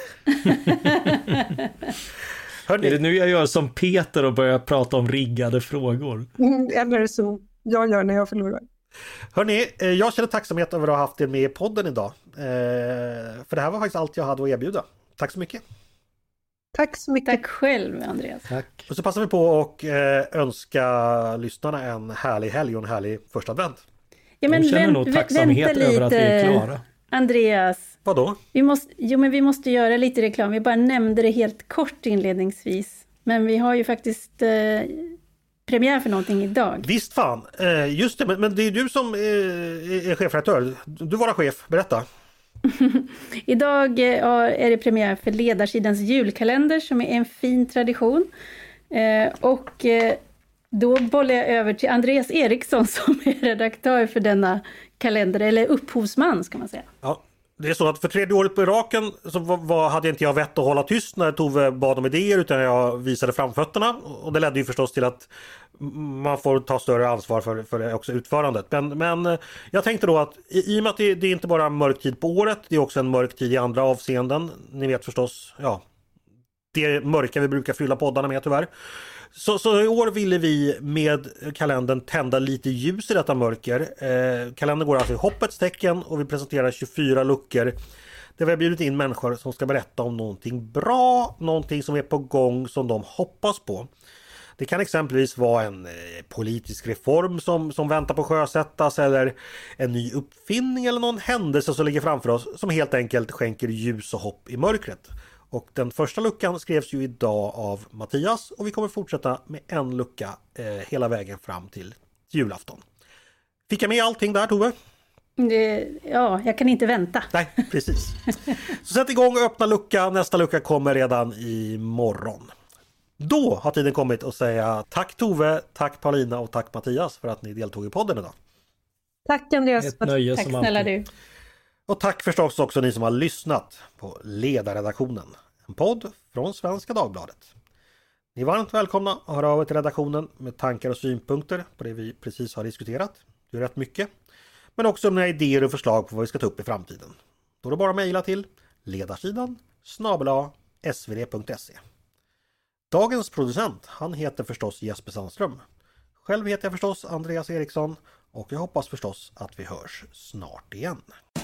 Hörrni, Är det nu jag gör som Peter och börjar prata om riggade frågor? Eller som jag gör när jag förlorar. Hörrni, jag känner tacksamhet över att ha haft er med i podden idag. För det här var faktiskt allt jag hade att erbjuda. Tack så mycket. Tack så mycket. Tack själv, Andreas. Tack. Och så passar vi på och önska lyssnarna en härlig helg och en härlig första advent. Ja, men De känner nog tacksamhet över att vi är klara. Andreas. Vadå? Vi måste göra lite reklam. Vi bara nämnde det helt kort inledningsvis. Men vi har ju faktiskt premiär för någonting idag. Visst fan, just det, men det är du som är chefredaktör. Du var chef, berätta. Idag är det premiär för Ledarsidans julkalender som är en fin tradition. Då bollar jag över till Andreas Eriksson som är redaktör för denna kalender, eller upphovsman ska man säga. Ja, det är så att för tredje året på raken så hade inte jag vett att hålla tyst när Tove bad om idéer, utan jag visade framfötterna, och det ledde ju förstås till att man får ta större ansvar för också utförandet. Men jag tänkte då att i och med att det är inte bara en mörk tid på året, det är också en mörk tid i andra avseenden. Ni vet förstås, ja, det mörka vi brukar fylla poddarna med tyvärr. Så i år ville vi med kalendern tända lite ljus i detta mörker. Kalendern går alltså i hoppets tecken och vi presenterar 24 luckor där vi har bjudit in människor som ska berätta om någonting bra, någonting som är på gång som de hoppas på. Det kan exempelvis vara en politisk reform som väntar på att sjösättas, eller en ny uppfinning eller någon händelse som ligger framför oss som helt enkelt skänker ljus och hopp i mörkret. Och den första luckan skrevs ju idag av Mattias, och vi kommer fortsätta med en lucka hela vägen fram till julafton. Fick jag med allting där, Tove? Ja, jag kan inte vänta. Nej, precis. Så sätt igång och öppna lucka. Nästa lucka kommer redan imorgon. Då har tiden kommit att säga tack Tove, tack Paulina och tack Mattias för att ni deltog i podden idag. Tack Andreas. Ett nöje Tack som snälla alltid. du. Och tack förstås också ni som har lyssnat på Ledarredaktionen, en podd från Svenska Dagbladet. Ni är varmt välkomna att höra av er till redaktionen med tankar och synpunkter på det vi precis har diskuterat. Det är rätt mycket. Men också med idéer och förslag på vad vi ska ta upp i framtiden. Då är det bara att mejla till ledarsidan@svd.se. Dagens producent, han heter förstås Jesper Sandström. Själv heter jag förstås Andreas Eriksson, och jag hoppas förstås att vi hörs snart igen.